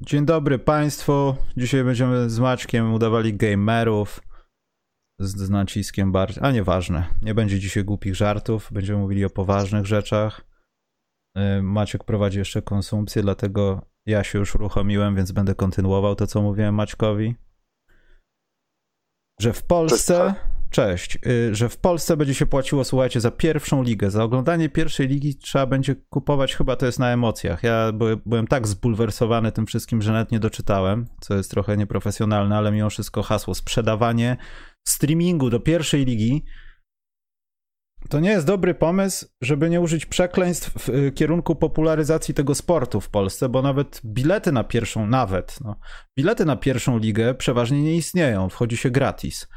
Dzień dobry Państwu. Dzisiaj będziemy z Maćkiem udawali gamerów z naciskiem bardziej. A nieważne, nie będzie dzisiaj głupich żartów, będziemy mówili o poważnych rzeczach. Maciek prowadzi jeszcze konsumpcję, dlatego ja się już uruchomiłem, więc będę kontynuował to, co mówiłem Maćkowi. Że w Polsce... Cześć. Że w Polsce będzie się płaciło, słuchajcie, za pierwszą ligę. Za oglądanie pierwszej ligi trzeba będzie kupować, chyba to jest na emocjach. Ja byłem tak zbulwersowany tym wszystkim, że nawet nie doczytałem, co jest trochę nieprofesjonalne, ale mimo wszystko hasło sprzedawanie streamingu do pierwszej ligi to nie jest dobry pomysł, żeby nie użyć przekleństw w kierunku popularyzacji tego sportu w Polsce, bo nawet bilety na pierwszą ligę przeważnie nie istnieją. Wchodzi się gratis.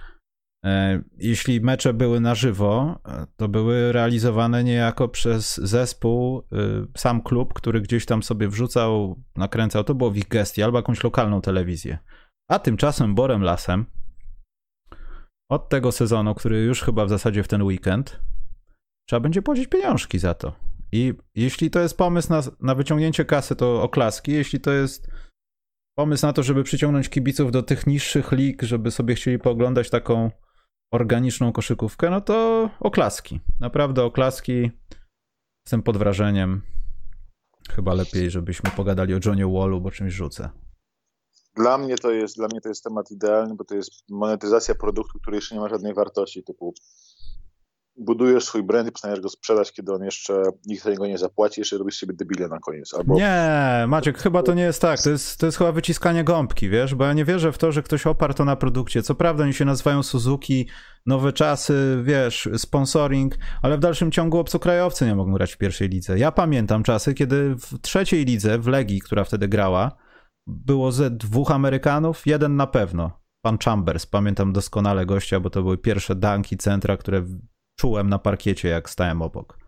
Jeśli mecze były na żywo, to były realizowane niejako przez zespół, sam klub, który gdzieś tam sobie wrzucał, nakręcał, to było w ich gestii, albo jakąś lokalną telewizję. A tymczasem Borem Lasem od tego sezonu, który już chyba w zasadzie w ten weekend, trzeba będzie płacić pieniążki za to. I jeśli to jest pomysł na wyciągnięcie kasy, to oklaski. Jeśli to jest pomysł na to, żeby przyciągnąć kibiców do tych niższych lig, żeby sobie chcieli pooglądać taką organiczną koszykówkę, no to oklaski. Naprawdę oklaski. Jestem pod wrażeniem. Chyba lepiej, żebyśmy pogadali o Johnie Wallu, bo czymś rzucę. Dla mnie to jest temat idealny, bo to jest monetyzacja produktu, który jeszcze nie ma żadnej wartości, typu budujesz swój brand i postanawiasz go sprzedać, kiedy on jeszcze nikt za niego nie zapłaci, jeszcze robisz sobie debile na koniec. Albo... Nie, Maciek, chyba to nie jest tak. To jest chyba wyciskanie gąbki, wiesz, bo ja nie wierzę w to, że ktoś oparł to na produkcie. Co prawda oni się nazywają Suzuki, nowe czasy, wiesz, sponsoring, ale w dalszym ciągu obcokrajowcy nie mogą grać w pierwszej lidze. Ja pamiętam czasy, kiedy w trzeciej lidze, w Legii, która wtedy grała, było ze dwóch Amerykanów, jeden na pewno. Pan Chambers, pamiętam doskonale gościa, bo to były pierwsze dunki centra, które czułem na parkiecie, jak stałem obok.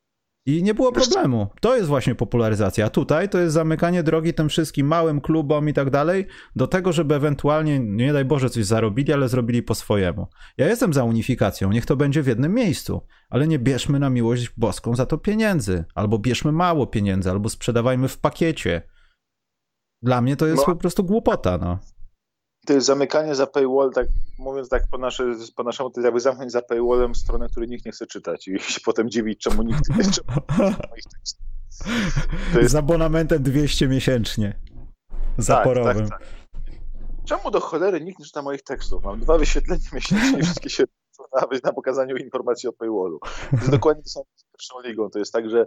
I nie było problemu. To jest właśnie popularyzacja. A tutaj to jest zamykanie drogi tym wszystkim małym klubom i tak dalej, do tego, żeby ewentualnie, nie daj Boże, coś zarobili, ale zrobili po swojemu. Ja jestem za unifikacją, niech to będzie w jednym miejscu, ale nie bierzmy na miłość boską za to pieniędzy, albo bierzmy mało pieniędzy, albo sprzedawajmy w pakiecie. Dla mnie to jest po prostu głupota, no. To jest zamykanie za paywall, tak mówiąc tak po naszemu, to jest jakby zamknąć za paywallem stronę, której nikt nie chce czytać i się potem dziwić, czemu nikt nie chce moich tekstów. Z abonamentem 200 miesięcznie. Zaporowym. Tak. Czemu do cholery nikt nie czyta moich tekstów? Mam 2 wyświetlenia miesięcznie i wszystkie się nawet na pokazaniu informacji o paywallu. To jest dokładnie to samo z pierwszą ligą. To jest tak, że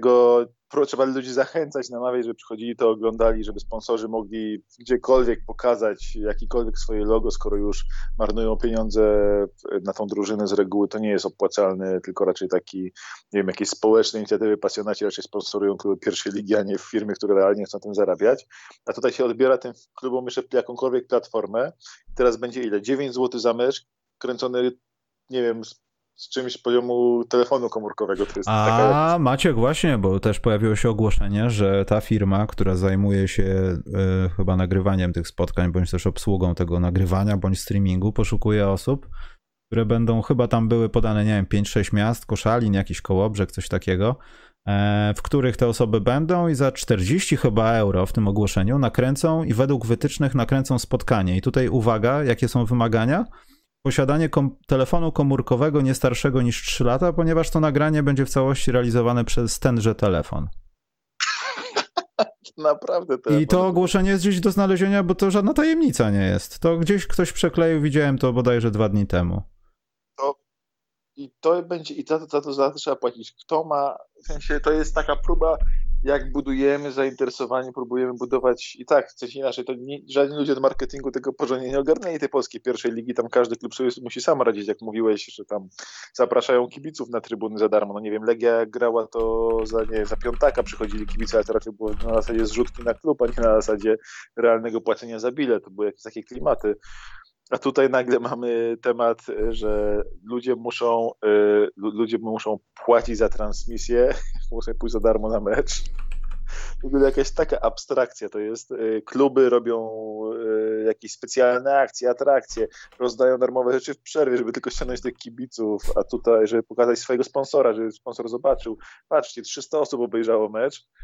trzeba ludzi zachęcać, namawiać, żeby przychodzili, to oglądali, żeby sponsorzy mogli gdziekolwiek pokazać jakikolwiek swoje logo, skoro już marnują pieniądze na tą drużynę z reguły, to nie jest opłacalny, tylko raczej taki, nie wiem, jakieś społeczne inicjatywy, pasjonaci raczej sponsorują kluby pierwszej ligi, a nie firmy, które realnie chcą na tym zarabiać. A tutaj się odbiera tym klubom jeszcze jakąkolwiek platformę. Teraz będzie ile? 9 zł za mecz, kręcony, nie wiem, z czymś z poziomu telefonu komórkowego. To jest taka... Maciek, właśnie, bo też pojawiło się ogłoszenie, że ta firma, która zajmuje się chyba nagrywaniem tych spotkań, bądź też obsługą tego nagrywania, bądź streamingu, poszukuje osób, które będą, chyba tam były podane, nie wiem, 5-6 miast, Koszalin, jakiś Kołobrzeg, coś takiego, w których te osoby będą i za 40 chyba euro w tym ogłoszeniu nakręcą i według wytycznych nakręcą spotkanie. I tutaj uwaga, jakie są wymagania? Posiadanie telefonu komórkowego nie starszego niż 3 lata, ponieważ to nagranie będzie w całości realizowane przez tenże telefon. Naprawdę telefon. I to ogłoszenie jest gdzieś do znalezienia, bo to żadna tajemnica nie jest. To gdzieś ktoś przekleił, widziałem to bodajże 2 dni temu. To będzie, i za to trzeba płacić. Kto ma, w sensie to jest taka próba, jak budujemy zainteresowanie, próbujemy budować i tak, coś inaczej, to żadni ludzie od marketingu tego porządnie nie ogarnęli tej polskiej pierwszej ligi, tam każdy klub sobie musi sam radzić, jak mówiłeś, że tam zapraszają kibiców na trybuny za darmo, no nie wiem, Legia grała to za piątaka przychodzili kibice, ale to raczej było na zasadzie zrzutki na klub, a nie na zasadzie realnego płacenia za bilet, to były jakieś takie klimaty. A tutaj nagle mamy temat, że ludzie muszą płacić za transmisję, muszą pójść za darmo na mecz. W ogóle jakaś taka abstrakcja to jest. Kluby robią jakieś specjalne akcje, atrakcje, rozdają darmowe rzeczy w przerwie, żeby tylko ściągnąć tych kibiców, a tutaj, żeby pokazać swojego sponsora, żeby sponsor zobaczył. Patrzcie, 300 osób obejrzało mecz.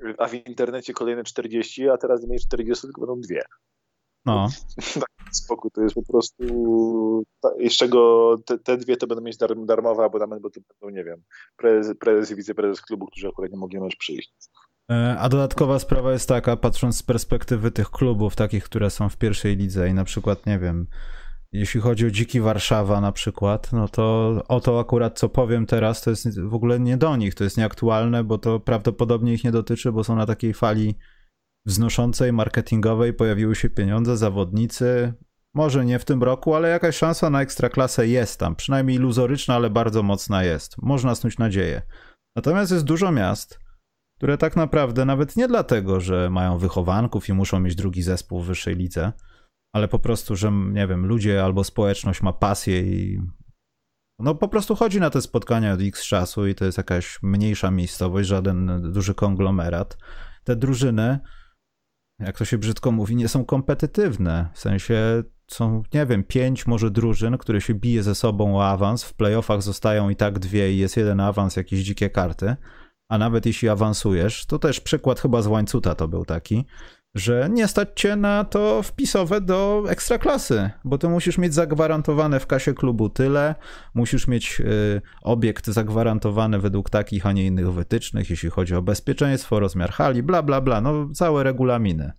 a w internecie kolejne 40, a teraz nie będzie 40, tylko będą 2. No. Spokój, to jest po prostu, z czego te 2 to będą mieć darmowy abonament, bo to będą, nie wiem, prezes i wiceprezes klubu, którzy akurat nie mogli mecz przyjść. A dodatkowa sprawa jest taka, patrząc z perspektywy tych klubów, takich, które są w pierwszej lidze i na przykład, nie wiem, jeśli chodzi o Dziki Warszawa na przykład, no to o to akurat, co powiem teraz, to jest w ogóle nie do nich, to jest nieaktualne, bo to prawdopodobnie ich nie dotyczy, bo są na takiej fali wznoszącej, marketingowej, pojawiły się pieniądze, zawodnicy, może nie w tym roku, ale jakaś szansa na ekstraklasę jest tam, przynajmniej iluzoryczna, ale bardzo mocna jest. Można snuć nadzieję. Natomiast jest dużo miast, które tak naprawdę nawet nie dlatego, że mają wychowanków i muszą mieć drugi zespół w wyższej lidze, ale po prostu, że nie wiem, ludzie albo społeczność ma pasję i no po prostu chodzi na te spotkania od X czasu i to jest jakaś mniejsza miejscowość, żaden duży konglomerat. Te drużyny, jak to się brzydko mówi, nie są kompetytywne. W sensie są, nie wiem, 5 może drużyn, które się bije ze sobą o awans. W playoffach zostają i tak 2 i jest jeden awans, jakieś dzikie karty. A nawet jeśli awansujesz, to też przykład chyba z Łańcuta to był taki, że nie stać cię na to wpisowe do ekstraklasy, bo ty musisz mieć zagwarantowane w kasie klubu tyle, musisz mieć obiekt zagwarantowany według takich, a nie innych wytycznych, jeśli chodzi o bezpieczeństwo, rozmiar hali, bla, bla, bla, no całe regulaminy.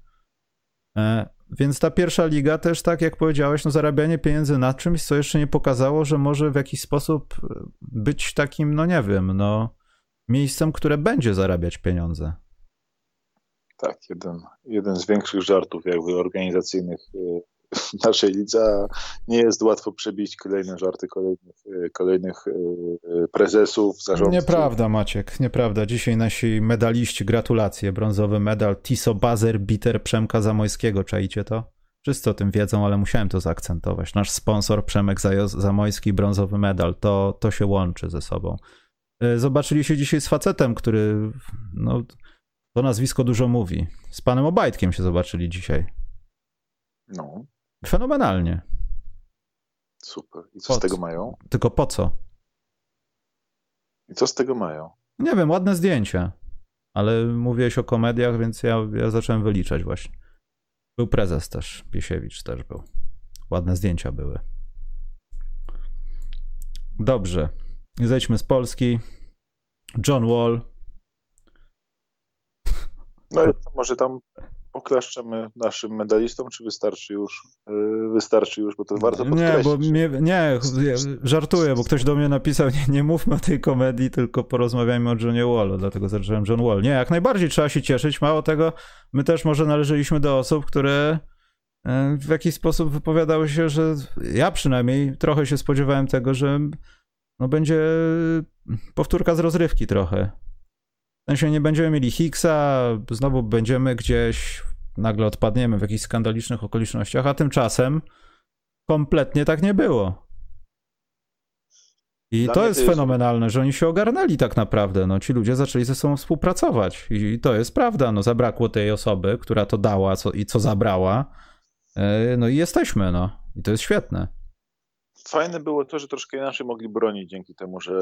Więc ta pierwsza liga też, tak jak powiedziałeś, no zarabianie pieniędzy na czymś, co jeszcze nie pokazało, że może w jakiś sposób być takim, no nie wiem, no miejscem, które będzie zarabiać pieniądze. Tak, jeden z większych żartów jakby organizacyjnych w naszej lidze. Nie jest łatwo przebić kolejne żarty kolejnych prezesów, zarządców. Nieprawda, Maciek, nieprawda. Dzisiaj nasi medaliści, gratulacje. Brązowy medal Tiso Bazer Biter Przemka Zamojskiego. Czaicie to? Wszyscy o tym wiedzą, ale musiałem to zaakcentować. Nasz sponsor Przemek Zamojski, brązowy medal. To się łączy ze sobą. Zobaczyli się dzisiaj z facetem, który, no, to nazwisko dużo mówi. Z panem Obajtkiem się zobaczyli dzisiaj. No. Fenomenalnie. Super. I co z tego mają? Tylko po co? I co z tego mają? Nie wiem, ładne zdjęcia. Ale mówiłeś o komediach, więc ja zacząłem wyliczać właśnie. Był prezes też, Piesiewicz też był. Ładne zdjęcia były. Dobrze. Zejdźmy z Polski. John Wall. No i może tam poklaszczemy naszym medalistom, czy wystarczy już? Wystarczy już, bo to warto podkreślić. Nie, żartuję, bo ktoś do mnie napisał, nie mówmy o tej komedii, tylko porozmawiajmy o Johnie Wallu, dlatego zacząłem John Wall. Nie, jak najbardziej trzeba się cieszyć, mało tego, my też może należeliśmy do osób, które w jakiś sposób wypowiadały się, że ja przynajmniej trochę się spodziewałem tego, że no będzie powtórka z rozrywki trochę. W sensie nie będziemy mieli Hicksa, znowu będziemy gdzieś, nagle odpadniemy w jakichś skandalicznych okolicznościach, a tymczasem kompletnie tak nie było. I to jest fenomenalne, że oni się ogarnęli tak naprawdę. No, ci ludzie zaczęli ze sobą współpracować. I to jest prawda. No, zabrakło tej osoby, która to dała i co zabrała. No i jesteśmy, no. I to jest świetne. Fajne było to, że troszkę inaczej mogli bronić dzięki temu, że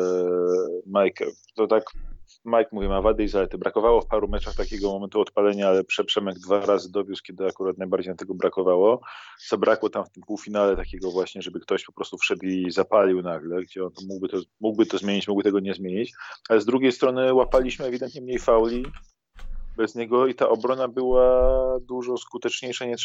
Mike mówi, ma wady i zalety. Brakowało w paru meczach takiego momentu odpalenia, ale Przemek 2 razy dowiózł, kiedy akurat najbardziej na tego brakowało. Zabrakło tam w tym półfinale takiego właśnie, żeby ktoś po prostu wszedł i zapalił nagle, gdzie on mógłby to zmienić, mógłby tego nie zmienić. Ale z drugiej strony łapaliśmy ewidentnie mniej fauli bez niego i ta obrona była dużo skuteczniejsza, nie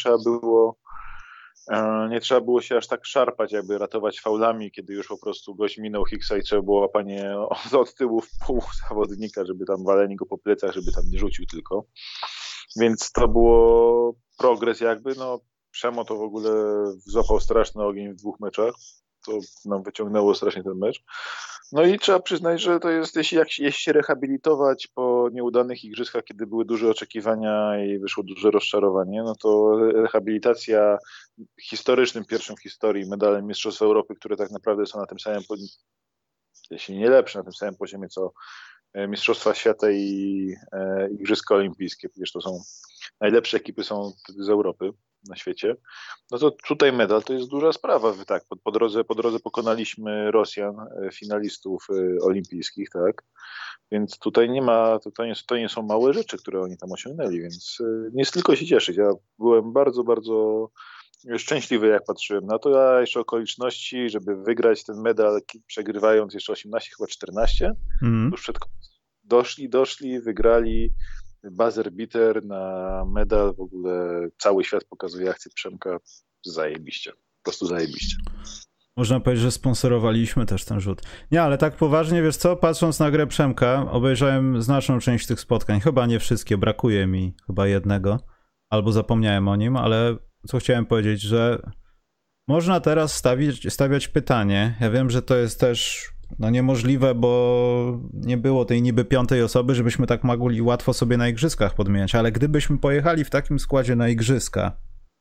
trzeba było się aż tak szarpać, jakby ratować faulami, kiedy już po prostu gość minął Hicksa i trzeba było łapanie od tyłu w pół zawodnika, żeby tam waleni go po plecach, żeby tam nie rzucił tylko. Więc to było progres jakby, no Przemo to w ogóle złapał straszny ogień w 2 meczach, to nam wyciągnęło strasznie ten mecz. No i trzeba przyznać, że to jest, jeśli się rehabilitować po nieudanych igrzyskach, kiedy były duże oczekiwania i wyszło duże rozczarowanie, no to rehabilitacja historycznym, pierwszym w historii medalem Mistrzostw Europy, które tak naprawdę są na tym samym, jeśli nie lepsze, na tym samym poziomie co Mistrzostwa Świata i Igrzyska Olimpijskie. Przecież to są najlepsze ekipy są z Europy. na świecie, no to tutaj medal to jest duża sprawa. Tak, po drodze pokonaliśmy Rosjan, finalistów olimpijskich, tak, więc tutaj nie ma, to nie są małe rzeczy, które oni tam osiągnęli, więc nie jest tylko się cieszyć. Ja byłem bardzo, bardzo szczęśliwy, jak patrzyłem na to, a jeszcze okoliczności, żeby wygrać ten medal, przegrywając jeszcze 18, chyba 14, już przed doszli, wygrali, buzzer beater na medal, w ogóle cały świat pokazuje akcję Przemka, zajebiście, po prostu zajebiście. Można powiedzieć, że sponsorowaliśmy też ten rzut. Nie, ale tak poważnie, wiesz co, patrząc na grę Przemka, obejrzałem znaczną część tych spotkań, chyba nie wszystkie, brakuje mi chyba jednego, albo zapomniałem o nim, ale co chciałem powiedzieć, że można teraz stawiać pytanie, ja wiem, że to jest też niemożliwe, bo nie było tej niby piątej osoby, żebyśmy tak mogli łatwo sobie na igrzyskach podmieniać, ale gdybyśmy pojechali w takim składzie na igrzyska,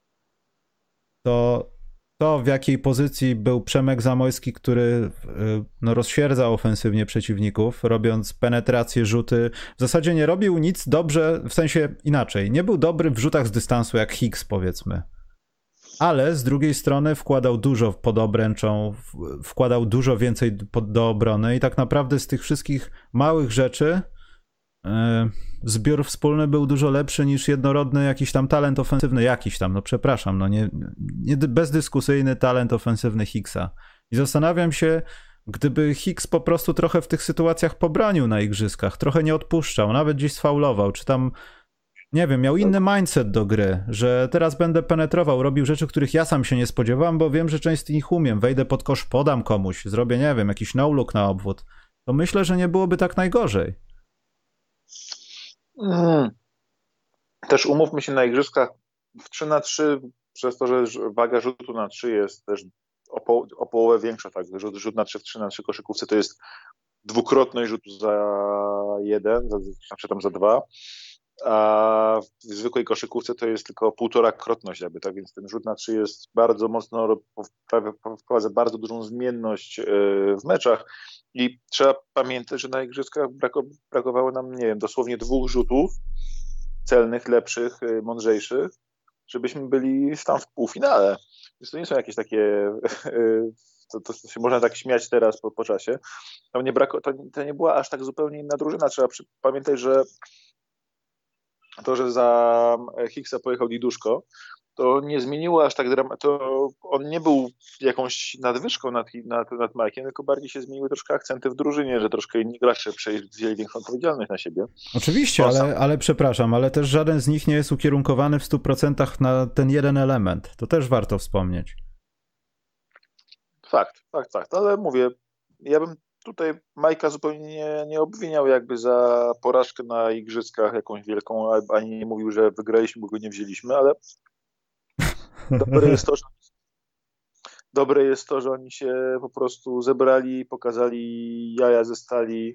to w jakiej pozycji był Przemek Zamojski, który rozsierdza ofensywnie przeciwników, robiąc penetracje, rzuty. W zasadzie nie robił nic dobrze, w sensie inaczej. Nie był dobry w rzutach z dystansu jak Higgs, powiedzmy. Ale z drugiej strony wkładał dużo pod obręczą, wkładał dużo więcej do obrony i tak naprawdę z tych wszystkich małych rzeczy zbiór wspólny był dużo lepszy niż jednorodny jakiś tam talent ofensywny, bezdyskusyjny talent ofensywny Higgsa. I zastanawiam się, gdyby Higgs po prostu trochę w tych sytuacjach pobronił na igrzyskach, trochę nie odpuszczał, nawet gdzieś sfaulował, czy tam, nie wiem, miał inny mindset do gry, że teraz będę penetrował, robił rzeczy, których ja sam się nie spodziewałem, bo wiem, że część z nich umiem, wejdę pod kosz, podam komuś, zrobię, nie wiem, jakiś no-look na obwód, to myślę, że nie byłoby tak najgorzej. Też umówmy się, na igrzyskach w 3x3, przez to, że waga rzutu na 3 jest też o połowę większa, tak, rzut na 3 w 3x3 koszykówce to jest dwukrotność rzutu za 1, znaczy tam za 2, a w zwykłej koszykówce to jest tylko półtorakrotność jakby, tak, więc ten rzut na 3 jest bardzo mocno, wprowadza bardzo dużą zmienność w meczach i trzeba pamiętać, że na igrzyskach brakowało nam, nie wiem, dosłownie 2 rzutów celnych, lepszych, mądrzejszych, żebyśmy byli tam w półfinale. Więc to nie są jakieś takie, to się można tak śmiać teraz po czasie. To nie była aż tak zupełnie inna drużyna. Trzeba pamiętać, że to, że za Higgsa pojechał Diduszko, to nie zmieniło aż tak to on nie był jakąś nadwyżką nad Mike'iem, tylko bardziej się zmieniły troszkę akcenty w drużynie, że troszkę inni gracze wzięli większą odpowiedzialność na siebie. Oczywiście, ale przepraszam, ale też żaden z nich nie jest ukierunkowany w 100% na ten jeden element. To też warto wspomnieć. Fakt, ale mówię, ja bym tutaj Majka zupełnie nie obwiniał jakby za porażkę na igrzyskach jakąś wielką, ani nie mówił, że wygraliśmy, bo go nie wzięliśmy, ale dobre jest to, że oni się po prostu zebrali, pokazali jaja ze stali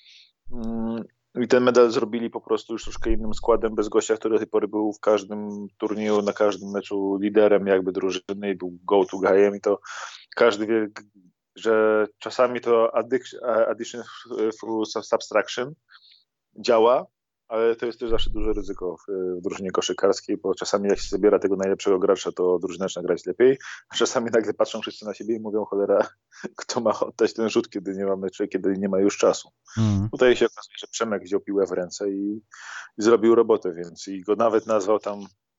i ten medal zrobili po prostu już troszkę innym składem, bez gościa, który do tej pory był w każdym turnieju, na każdym meczu liderem jakby drużyny i był go-to guyem i to każdy wie, że czasami to addition through subtraction działa, ale to jest też zawsze duże ryzyko w drużynie koszykarskiej, bo czasami jak się zabiera tego najlepszego gracza, to drużyna zaczyna grać lepiej, a czasami nagle patrzą wszyscy na siebie i mówią, cholera, kto ma oddać ten rzut, kiedy nie ma meczu, kiedy nie ma już czasu. Tutaj się okazuje, że Przemek wziął piłę w ręce i zrobił robotę, więc i go nawet nazwał tam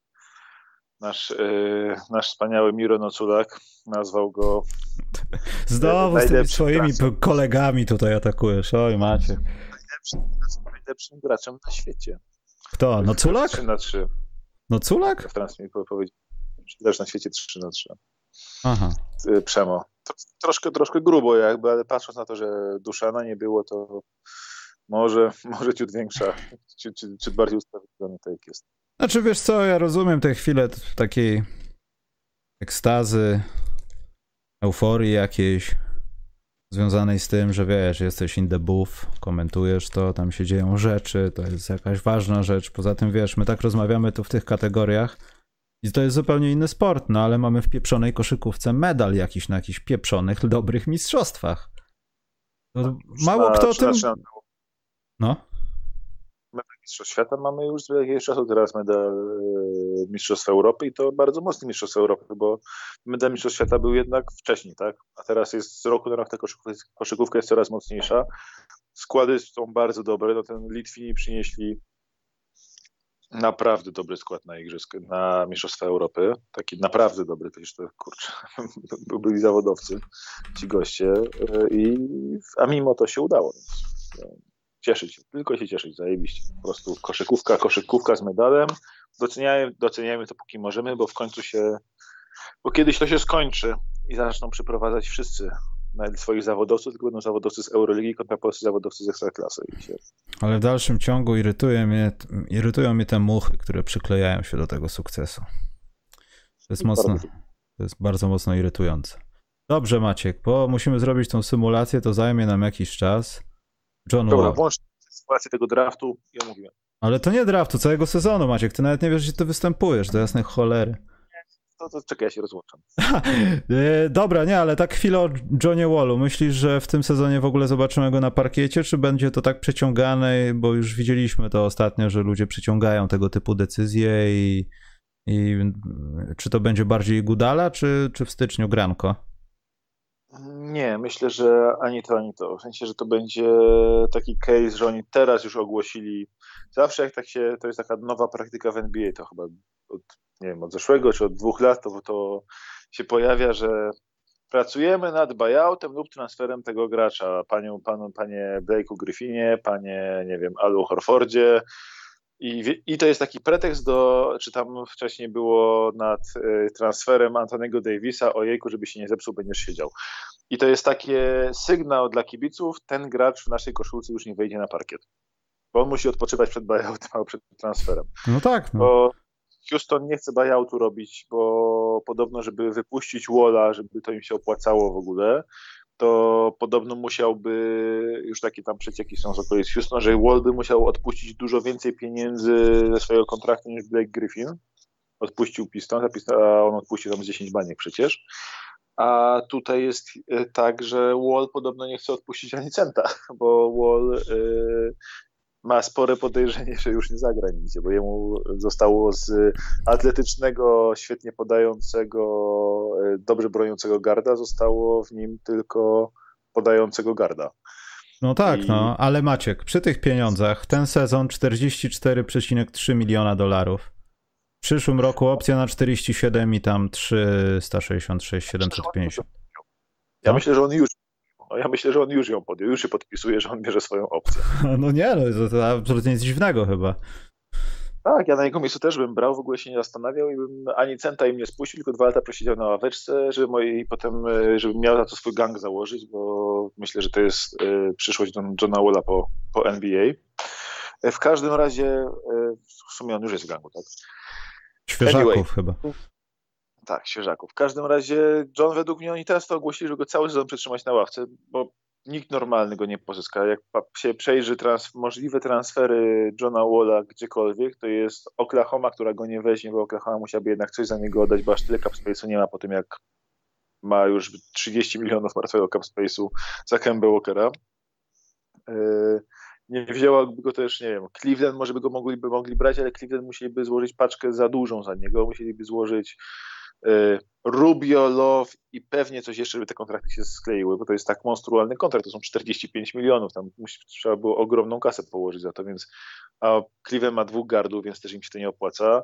nasz wspaniały Miro Noculak, nazwał go znowu z tymi swoimi kolegami tutaj atakujesz, oj Maciek. Najlepszym graczem na świecie. Kto? Noculak? 3x3. Noculak? Franc mi powiedział, lepszy na świecie 3x3. Aha. Przemo. Troszkę grubo jakby, ale patrząc na to, że Duszana nie było, to może ciut większa, ciut bardziej usprawiedliwiony tak jak jest. Znaczy wiesz co, ja rozumiem te chwile takiej ekstazy, euforii jakiejś związanej z tym, że wiesz, jesteś in the booth, komentujesz to, tam się dzieją rzeczy, to jest jakaś ważna rzecz. Poza tym wiesz, my tak rozmawiamy tu w tych kategoriach i to jest zupełnie inny sport, no ale mamy w pieprzonej koszykówce medal jakiś na jakichś pieprzonych, dobrych mistrzostwach. To mało kto o tym... No? Medal Mistrzostw Świata mamy już z jakiegoś czasu, teraz medal Mistrzostw Europy i to bardzo mocne Mistrzostwa Europy, bo medal Mistrzostw Świata był jednak wcześniej, tak? A teraz jest z roku na rok ta koszykówka jest coraz mocniejsza. Składy są bardzo dobre, no ten Litwini przynieśli naprawdę dobry skład na igrzyska, na Mistrzostwa Europy. Taki naprawdę dobry, to jeszcze kurczę, byli zawodowcy, ci goście. A mimo to się udało. Cieszyć się, tylko się cieszyć, zajebiście. Po prostu koszykówka z medalem. Doceniajmy to póki możemy, bo kiedyś to się skończy i zaczną przyprowadzać wszyscy swoich zawodowców, tylko będą zawodowcy z Euroligi kontra polscy zawodowcy z Ekstraklasy. Ale w dalszym ciągu irytują mnie te muchy, które przyklejają się do tego sukcesu. To jest bardzo mocno irytujące. Dobrze, Maciek, bo musimy zrobić tą symulację, to zajmie nam jakiś czas. Dobra, włącz symulację tego draftu i omówimy. Ale to nie draftu, całego sezonu, Maciek. Ty nawet nie wiesz, gdzie ty występujesz, do jasnej cholery. To czekaj, ja się rozłączam. Dobra, nie, ale tak chwilę o Johnie Wallu. Myślisz, że w tym sezonie w ogóle zobaczymy go na parkiecie, czy będzie to tak przeciągane, bo już widzieliśmy to ostatnio, że ludzie przeciągają tego typu decyzje i czy to będzie bardziej Gudala, czy w styczniu granko? Nie, myślę, że ani to, ani to. W sensie, że to będzie taki case, że oni teraz już ogłosili. Zawsze jak tak się, to jest taka nowa praktyka w NBA, to chyba od zeszłego czy od 2 lat, to się pojawia, że pracujemy nad buyoutem lub transferem tego gracza. Panie Blake'u Griffinie, panie, nie wiem, Alu Horfordzie. I to jest taki pretekst czy tam wcześniej było nad transferem Antonego Davisa, ojejku, żeby się nie zepsuł, będziesz siedział. I to jest takie sygnał dla kibiców, ten gracz w naszej koszulce już nie wejdzie na parkiet. Bo on musi odpoczywać przed buyoutem albo przed transferem. No tak. No. Bo Houston nie chce buyoutu robić, bo podobno, żeby wypuścić Walla, żeby to im się opłacało w ogóle, to podobno musiałby, już takie tam przecieki są z okolic Houston, że Wall by musiał odpuścić dużo więcej pieniędzy ze swojego kontraktu niż Blake Griffin. Odpuścił Pistons, a on odpuścił tam z 10 baniek przecież. A tutaj jest tak, że Wall podobno nie chce odpuścić ani centa, bo Wall ma spore podejrzenie, że już nie zagra nigdzie, bo jemu zostało z atletycznego, świetnie podającego, dobrze broniącego garda, zostało w nim tylko podającego garda. No tak, ale Maciek, przy tych pieniądzach ten sezon 44,3 miliona dolarów. W przyszłym roku opcja na 47 i tam 366, 750. Ja myślę, że on już ją podjął, już się podpisuje, że on bierze swoją opcję. No nie, to absolutnie nic dziwnego chyba. Tak, ja na jego miejscu też bym brał, w ogóle się nie zastanawiał i bym ani centa im nie spuścił, tylko 2 lata przesiedział na ławeczce, żebym miał za to swój gang założyć, bo myślę, że to jest przyszłość Johna Walla po NBA. W każdym razie, w sumie on już jest w gangu, tak? Świeżaków chyba. Tak, świeżaków. W każdym razie John, według mnie oni teraz to ogłosili, żeby go cały sezon przetrzymać na ławce, bo nikt normalny go nie pozyska. Jak się przejrzy możliwe transfery Johna Walla gdziekolwiek, to jest Oklahoma, która go nie weźmie, bo Oklahoma musiałaby jednak coś za niego oddać, bo aż tyle cap space'u nie ma po tym, jak ma już 30 milionów martwego cap space'u za Kemba Walkera. Nie wzięłaby go też, nie wiem, Cleveland może by go mogli brać, ale Cleveland musieliby złożyć paczkę za dużą za niego, musieliby złożyć Rubio, Love i pewnie coś jeszcze, żeby te kontrakty się skleiły, bo to jest tak monstrualny kontrakt, to są 45 milionów, tam trzeba było ogromną kasę położyć za to, więc a Cleveland ma 2 gardów, więc też im się to nie opłaca.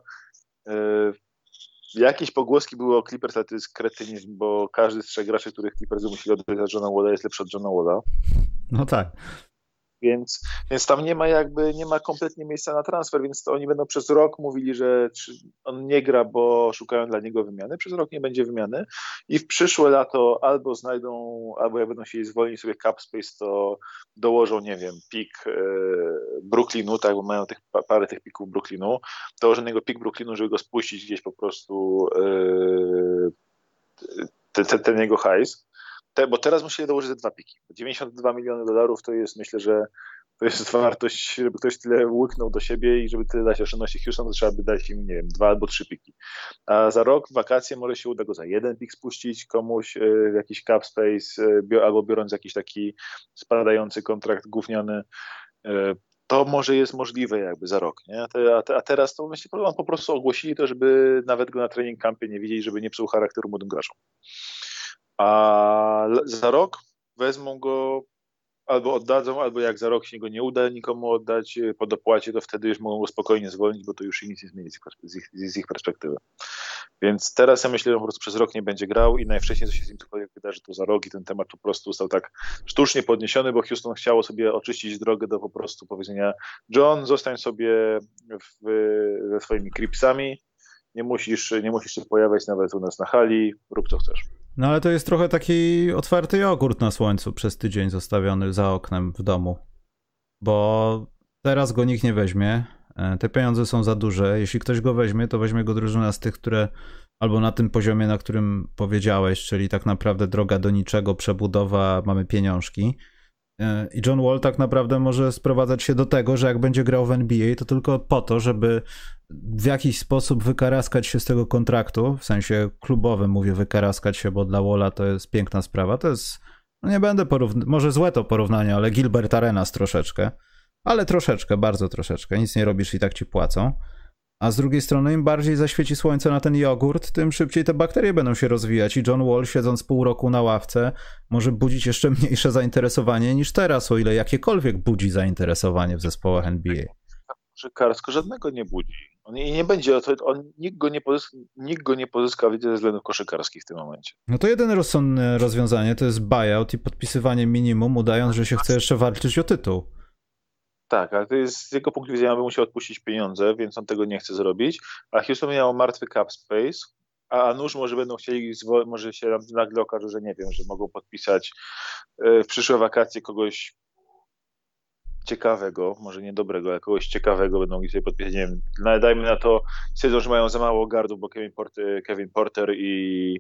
Jakieś pogłoski były o Clippers, ale to jest kretynizm, bo każdy z 3 graczy, których Clippers musieli oddać za Johna Walla, jest lepszy od Johna Walla. No tak. Więc tam nie ma kompletnie miejsca na transfer, więc to oni będą przez rok mówili, że on nie gra, bo szukają dla niego wymiany. Przez rok nie będzie wymiany i w przyszłe lato albo jak będą chcieli zwolnić sobie cap space, to dołożą, nie wiem, pik Brooklynu, tak, bo mają parę tych pików Brooklynu, dołożonego pik Brooklynu, żeby go spuścić gdzieś po prostu ten jego hajs. Bo teraz musieli dołożyć ze 2 piki. 92 miliony dolarów to jest, myślę, że to jest wartość, żeby ktoś tyle łyknął do siebie i żeby tyle dać oszczędności Houston, to trzeba by dać im, nie wiem, 2 albo 3 piki. A za rok, w wakacje może się uda go za 1 pik spuścić komuś, jakiś cap space, albo biorąc jakiś taki spadający kontrakt gówniany. to może jest możliwe jakby za rok, nie? A teraz to myślę, on po prostu ogłosili to, żeby nawet go na trening campie nie widzieli, żeby nie psuł charakteru młodym graczom. A za rok wezmą go, albo oddadzą, albo jak za rok się go nie uda nikomu oddać po dopłacie, to wtedy już mogą go spokojnie zwolnić, bo to już się nic nie zmieni z ich perspektywy. Więc teraz ja myślę, że po prostu przez rok nie będzie grał i najwcześniej, co się z nim cokolwiek wydarzy, to za rok i ten temat po prostu został tak sztucznie podniesiony, bo Houston chciało sobie oczyścić drogę do po prostu powiedzenia: John, zostań sobie ze swoimi Cripsami, nie musisz się pojawiać nawet u nas na hali, rób co chcesz. No ale to jest trochę taki otwarty jogurt na słońcu przez tydzień zostawiony za oknem w domu, bo teraz go nikt nie weźmie, te pieniądze są za duże, jeśli ktoś go weźmie, to weźmie go drużyna z tych, które albo na tym poziomie, na którym powiedziałeś, czyli tak naprawdę droga do niczego, przebudowa, mamy pieniążki. I John Wall tak naprawdę może sprowadzać się do tego, że jak będzie grał w NBA, to tylko po to, żeby w jakiś sposób wykaraskać się z tego kontraktu, w sensie klubowym mówię wykaraskać się, bo dla Walla to jest piękna sprawa, to jest, no nie będę może złe to porównanie, ale Gilbert Arenas troszeczkę, ale troszeczkę, bardzo troszeczkę, nic nie robisz i tak ci płacą. A z drugiej strony im bardziej zaświeci słońce na ten jogurt, tym szybciej te bakterie będą się rozwijać i John Wall, siedząc pół roku na ławce, może budzić jeszcze mniejsze zainteresowanie niż teraz, o ile jakiekolwiek budzi zainteresowanie w zespołach NBA. Koszykarsko żadnego nie budzi. Nikt go nie pozyska ze względów koszykarskich w tym momencie. No to jedyne rozsądne rozwiązanie to jest buyout i podpisywanie minimum, udając, że się chce jeszcze walczyć o tytuł. Tak, ale to jest z jego punktu widzenia, by musiał odpuścić pieniądze, więc on tego nie chce zrobić. A Houston miał martwy cap space, a nuż może będą chcieli, może się nagle okaże, że nie wiem, że mogą podpisać w przyszłe wakacje kogoś ciekawego, może nie dobrego, ale kogoś ciekawego będą mogli sobie podpisać, nie wiem, dajmy na to, stwierdzą, że mają za mało gardów, bo Kevin Porter i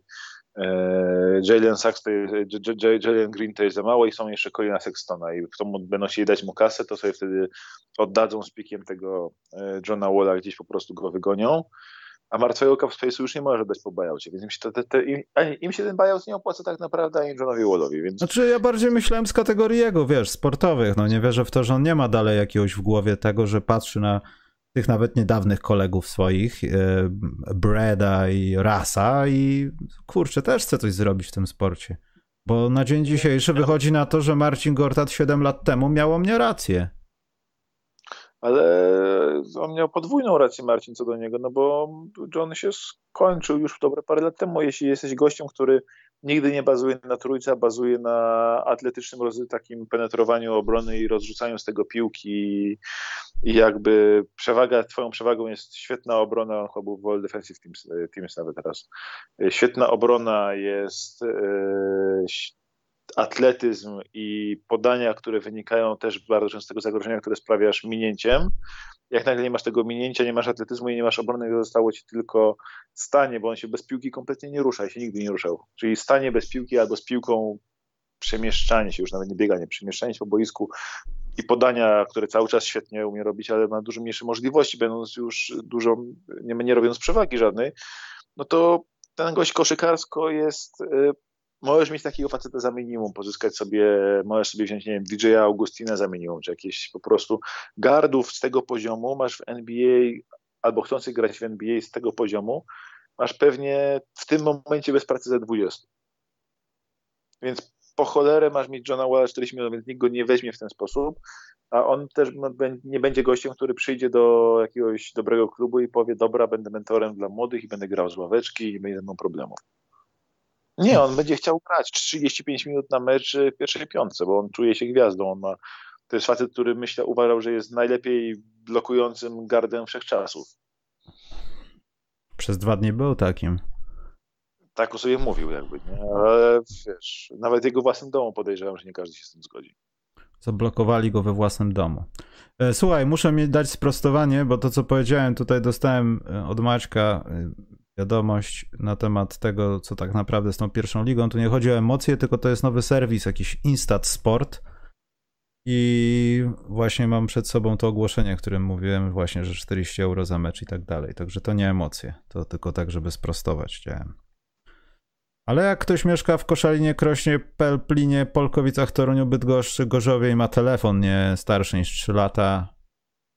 Jalen Green to jest za mało i są jeszcze Collina Sextona i kto będą chcieli dać mu kasę, to sobie wtedy oddadzą z pikiem tego Johna Walla, gdzieś po prostu go wygonią, a martwego cap space'u już nie może dać po buyoutie, więc im się ten buyout nie opłaca tak naprawdę, ani Johnowi Wallowi. Więc... Znaczy ja bardziej myślałem z kategorii jego, wiesz, sportowych, no nie wierzę w to, że on nie ma dalej jakiegoś w głowie tego, że patrzy na tych nawet niedawnych kolegów swoich, Breda i Rasa i kurczę, też chce coś zrobić w tym sporcie. Bo na dzień dzisiejszy wychodzi na to, że Marcin Gortat 7 lat temu miał o mnie rację. Ale on miał podwójną rację, Marcin, co do niego, no bo John się skończył już dobre parę lat temu. Jeśli jesteś gościem, który nigdy nie bazuje na trójce, a bazuje na atletycznym takim penetrowaniu obrony i rozrzucaniu z tego piłki i jakby twoją przewagą jest świetna obrona, on chyba był w World Defensive Teams nawet teraz. Świetna obrona jest atletyzm i podania, które wynikają też bardzo często z tego zagrożenia, które sprawiasz minięciem. Jak nagle nie masz tego minięcia, nie masz atletyzmu i nie masz obrony, to zostało ci tylko stanie, bo on się bez piłki kompletnie nie rusza i się nigdy nie ruszał. Czyli stanie bez piłki albo z piłką, przemieszczanie się, już nawet nie bieganie, przemieszczanie się po boisku i podania, które cały czas świetnie umie robić, ale ma dużo mniejsze możliwości, będąc już nie robiąc przewagi żadnej, no to ten gość koszykarsko jest... Możesz mieć takiego faceta za minimum, możesz sobie wziąć, nie wiem, DJ Augustina za minimum, czy jakieś po prostu gardów z tego poziomu masz w NBA, albo chcących grać w NBA z tego poziomu, masz pewnie w tym momencie bez pracy za 20. Więc po cholerę masz mieć Johna Walla 40 milionów, więc nikt go nie weźmie w ten sposób, a on też nie będzie gościem, który przyjdzie do jakiegoś dobrego klubu i powie: dobra, będę mentorem dla młodych i będę grał z ławeczki i nie będzie ze mną problemów. Nie, on będzie chciał grać 35 minut na mecz w pierwszej piątce, bo on czuje się gwiazdą. To jest facet, który uważał, że jest najlepiej blokującym gardem wszechczasów. Przez 2 dni był takim. Tak o sobie mówił jakby, nie? Ale wiesz, nawet w jego własnym domu podejrzewam, że nie każdy się z tym zgodzi. Zablokowali go we własnym domu. Słuchaj, muszę mi dać sprostowanie, bo to, co powiedziałem, tutaj dostałem od Maćka wiadomość na temat tego, co tak naprawdę z tą pierwszą ligą. Tu nie chodzi o emocje, tylko to jest nowy serwis, jakiś Instat Sport. I właśnie mam przed sobą to ogłoszenie, o którym mówiłem, właśnie, że 40 euro za mecz i tak dalej. Także to nie emocje, to tylko tak, żeby sprostować chciałem. Ale jak ktoś mieszka w Koszalinie, Krośnie, Pelplinie, Polkowicach, Toruniu, Bydgoszczy, Gorzowie i ma telefon nie starszy niż 3 lata,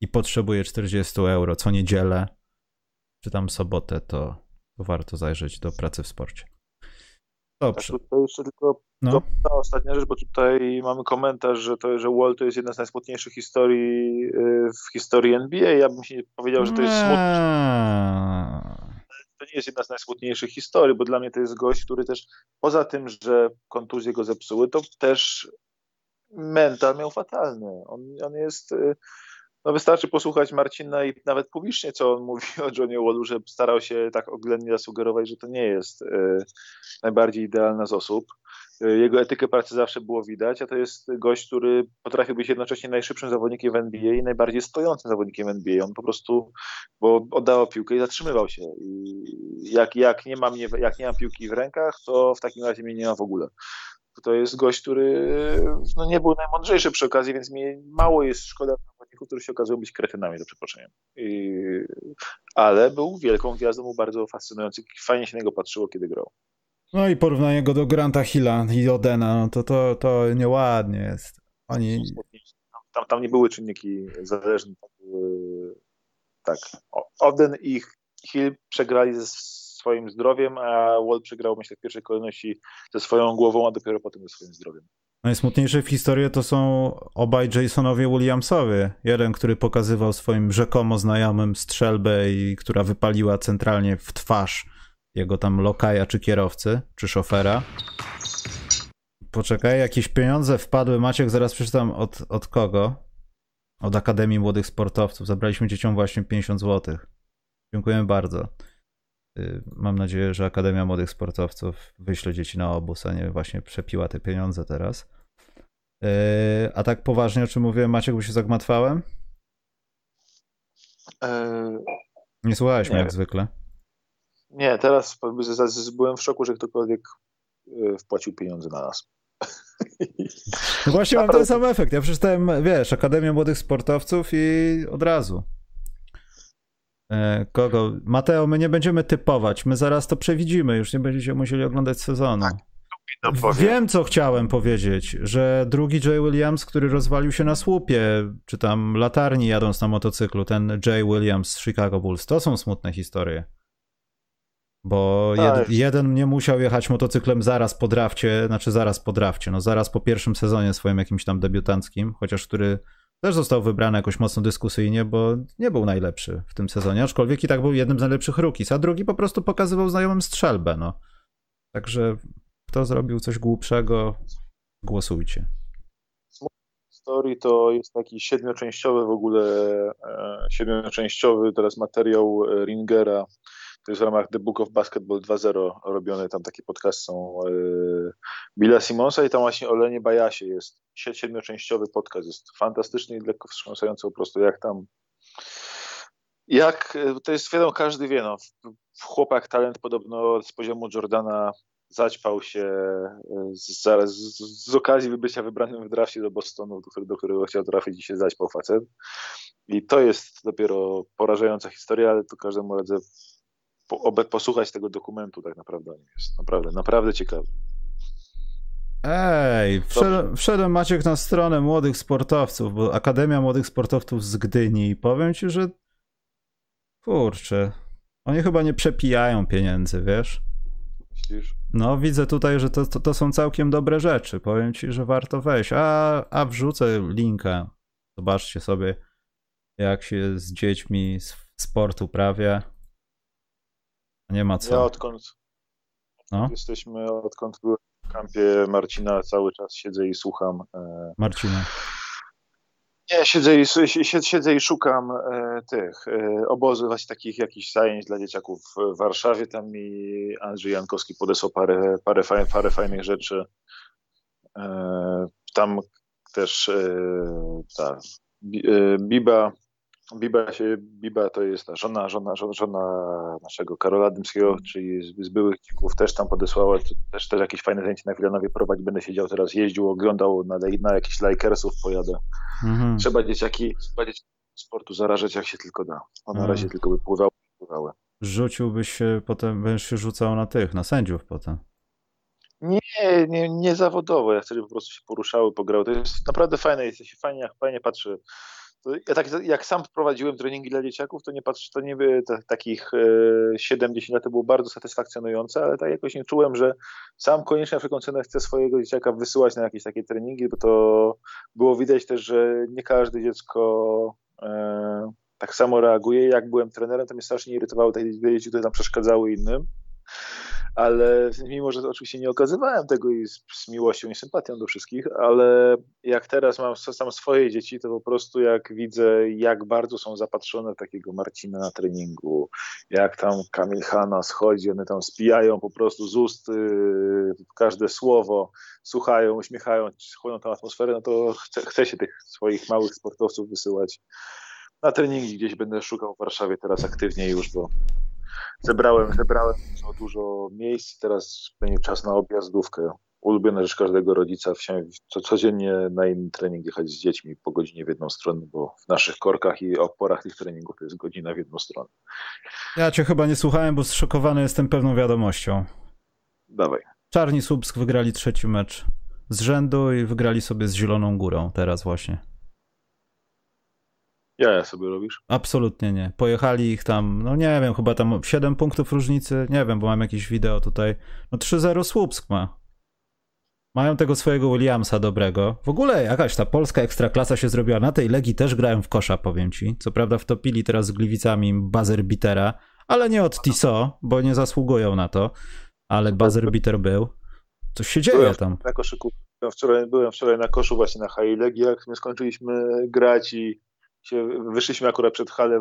i potrzebuje 40 euro co niedzielę, czy tam sobotę, to warto zajrzeć do pracy w sporcie. Dobrze. Tak, tutaj jeszcze tylko ta ostatnia rzecz, bo tutaj mamy komentarz, że Wall to jest jedna z najsmutniejszych historii w historii NBA. Ja bym się nie powiedział, że to jest smutne. To nie jest jedna z najsmutniejszych historii, bo dla mnie to jest gość, który też poza tym, że kontuzje go zepsuły, to też mental miał fatalny. On jest... No wystarczy posłuchać Marcina i nawet publicznie, co on mówi o Johnie Wallu, że starał się tak oględnie zasugerować, że to nie jest najbardziej idealna z osób. Jego etykę pracy zawsze było widać, a to jest gość, który potrafił być jednocześnie najszybszym zawodnikiem w NBA i najbardziej stojącym zawodnikiem w NBA. On po prostu, bo oddawał piłkę i zatrzymywał się. I jak nie mam piłki w rękach, to w takim razie mnie nie ma w ogóle. To jest gość, który no, nie był najmądrzejszy przy okazji, więc mi mało jest szkoda zawodników, którzy się okazują być kretynami, do przeproszenia. Ale był wielką gwiazdą, był bardzo fascynujący. Fajnie się na niego patrzyło, kiedy grał. No i porównanie go do Granta Hilla i Odena, no to nieładnie jest. Tam nie były czynniki zależne. Tak. Oden i Hill przegrali ze swoim zdrowiem, a Wall przegrał, myślę, w pierwszej kolejności ze swoją głową, a dopiero potem ze swoim zdrowiem. Najsmutniejsze w historii to są obaj Jasonowie Williamsowie. Jeden, który pokazywał swoim rzekomo znajomym strzelbę i która wypaliła centralnie w twarz jego tam lokaja, czy kierowcy, czy szofera. Poczekaj, jakieś pieniądze wpadły. Maciek, zaraz przeczytam od kogo? Od Akademii Młodych Sportowców. Zabraliśmy dzieciom właśnie 50 zł. Dziękujemy bardzo. Mam nadzieję, że Akademia Młodych Sportowców wyśle dzieci na obóz, a nie właśnie przepiła te pieniądze teraz. A tak poważnie, o czym mówiłem, Maciek, bo się zagmatwałem? Nie słuchałeś mnie jak zwykle. Nie, teraz byłem w szoku, że ktokolwiek wpłacił pieniądze na nas. No właśnie mam ten sam efekt. Ja przeczytałem, Akademię Młodych Sportowców i od razu. Kogo? Mateo, my nie będziemy typować, my zaraz to przewidzimy, już nie będziecie musieli oglądać sezonu. Wiem, co chciałem powiedzieć, że drugi Jay Williams, który rozwalił się na słupie, czy tam latarni jadąc na motocyklu, ten Jay Williams z Chicago Bulls, to są smutne historie. Bo jeden nie musiał jechać motocyklem zaraz po drafcie, zaraz po pierwszym sezonie swoim jakimś tam debiutanckim, chociaż który też został wybrany jakoś mocno dyskusyjnie, bo nie był najlepszy w tym sezonie, aczkolwiek i tak był jednym z najlepszych rookies, a drugi po prostu pokazywał znajomym strzelbę, no. Także kto zrobił coś głupszego, głosujcie. Story to jest taki siedmioczęściowy w ogóle, teraz materiał Ringera. To jest w ramach The Book of Basketball 2.0 robiony, tam taki podcast są Billa Simonsa i tam właśnie o Lenie Bajasie jest siedmioczęściowy podcast, jest fantastyczny i lekko wstrząsający po prostu, to jest wiadomo, każdy wie, no, chłopak talent podobno z poziomu Jordana zaćpał się z okazji bycia wybranym w drafcie do Bostonu, do którego chciał trafić i się zaćpał facet. I to jest dopiero porażająca historia, ale to każdemu radzę posłuchać tego dokumentu, tak naprawdę on jest. Naprawdę ciekawy. Ej, wszedłem, Maciek, na stronę młodych sportowców, bo Akademia Młodych Sportowców z Gdyni i powiem ci, że kurczę, oni chyba nie przepijają pieniędzy, wiesz? Myślisz? No, widzę tutaj, że to są całkiem dobre rzeczy. Powiem ci, że warto wejść. A wrzucę linka. Zobaczcie sobie, jak się z dziećmi sport uprawia. Nie ma co. Ja odkąd byłem w kampie Marcina, cały czas siedzę i słucham. Marcina. Nie, siedzę i szukam tych obozów, właśnie takich jakichś zajęć dla dzieciaków w Warszawie. Tam mi Andrzej Jankowski podesłał parę fajnych rzeczy. Tam też Biba to jest ta żona naszego Karola Dymskiego, czyli z byłych dzików, też tam podesłała, też jakieś fajne zajęcie na Wilanowie prowadzić, będę siedział teraz, jeździł, oglądał, na jakichś Likersów pojadę. Mhm. Trzeba dzieciaki sportu zarażać jak się tylko da, a na razie tylko wypływały. Rzuciłbyś się potem, będziesz się rzucał na sędziów potem. Nie zawodowo, ja chcę, żeby po prostu się poruszały, pograły. To jest naprawdę fajne, fajnie patrzy Ja tak jak sam prowadziłem treningi dla dzieciaków, to nie były takich 7-10 lat, to było bardzo satysfakcjonujące, ale tak jakoś nie czułem, że sam koniecznie na wszelką cenę chcę swojego dzieciaka wysyłać na jakieś takie treningi, bo to było widać też, że nie każde dziecko tak samo reaguje. Jak byłem trenerem, to mnie strasznie irytowały te dzieci, które tam przeszkadzały innym. Ale mimo, że oczywiście nie okazywałem tego i z miłością i sympatią do wszystkich, ale jak teraz mam sam swoje dzieci, to po prostu jak widzę, jak bardzo są zapatrzone w takiego Marcina na treningu, jak tam Kamil Hanna schodzi, one tam spijają po prostu z ust każde słowo, słuchają, uśmiechają, chłoną tą atmosferę, no to chcę się tych swoich małych sportowców wysyłać na treningi. Gdzieś będę szukał w Warszawie teraz aktywnie już, bo Zebrałem dużo miejsc, teraz będzie czas na objazdówkę. Ulubiona rzecz każdego rodzica, codziennie na inny trening jechać z dziećmi po godzinie w jedną stronę, bo w naszych korkach i oporach tych treningów to jest godzina w jedną stronę. Ja cię chyba nie słuchałem, bo zszokowany jestem pewną wiadomością. Dawaj. Czarni Słupsk wygrali 3. mecz z rzędu i wygrali sobie z Zieloną Górą teraz właśnie. Ja sobie robisz? Absolutnie nie. Pojechali ich tam, no nie wiem, chyba tam 7 punktów różnicy, nie wiem, bo mam jakieś wideo tutaj. No 3-0 Słupsk ma. Mają tego swojego Williamsa dobrego. W ogóle jakaś ta polska ekstraklasa się zrobiła. Na tej Legii też grałem w kosza, powiem ci. Co prawda wtopili teraz z Gliwicami buzzer beatera, ale nie od Tissot, bo nie zasługują na to. Ale buzzer beater był. Coś się dzieje tam. Na koszyku. Byłem wczoraj na koszu właśnie na High Legii, jak my skończyliśmy grać i wyszliśmy akurat przed halę,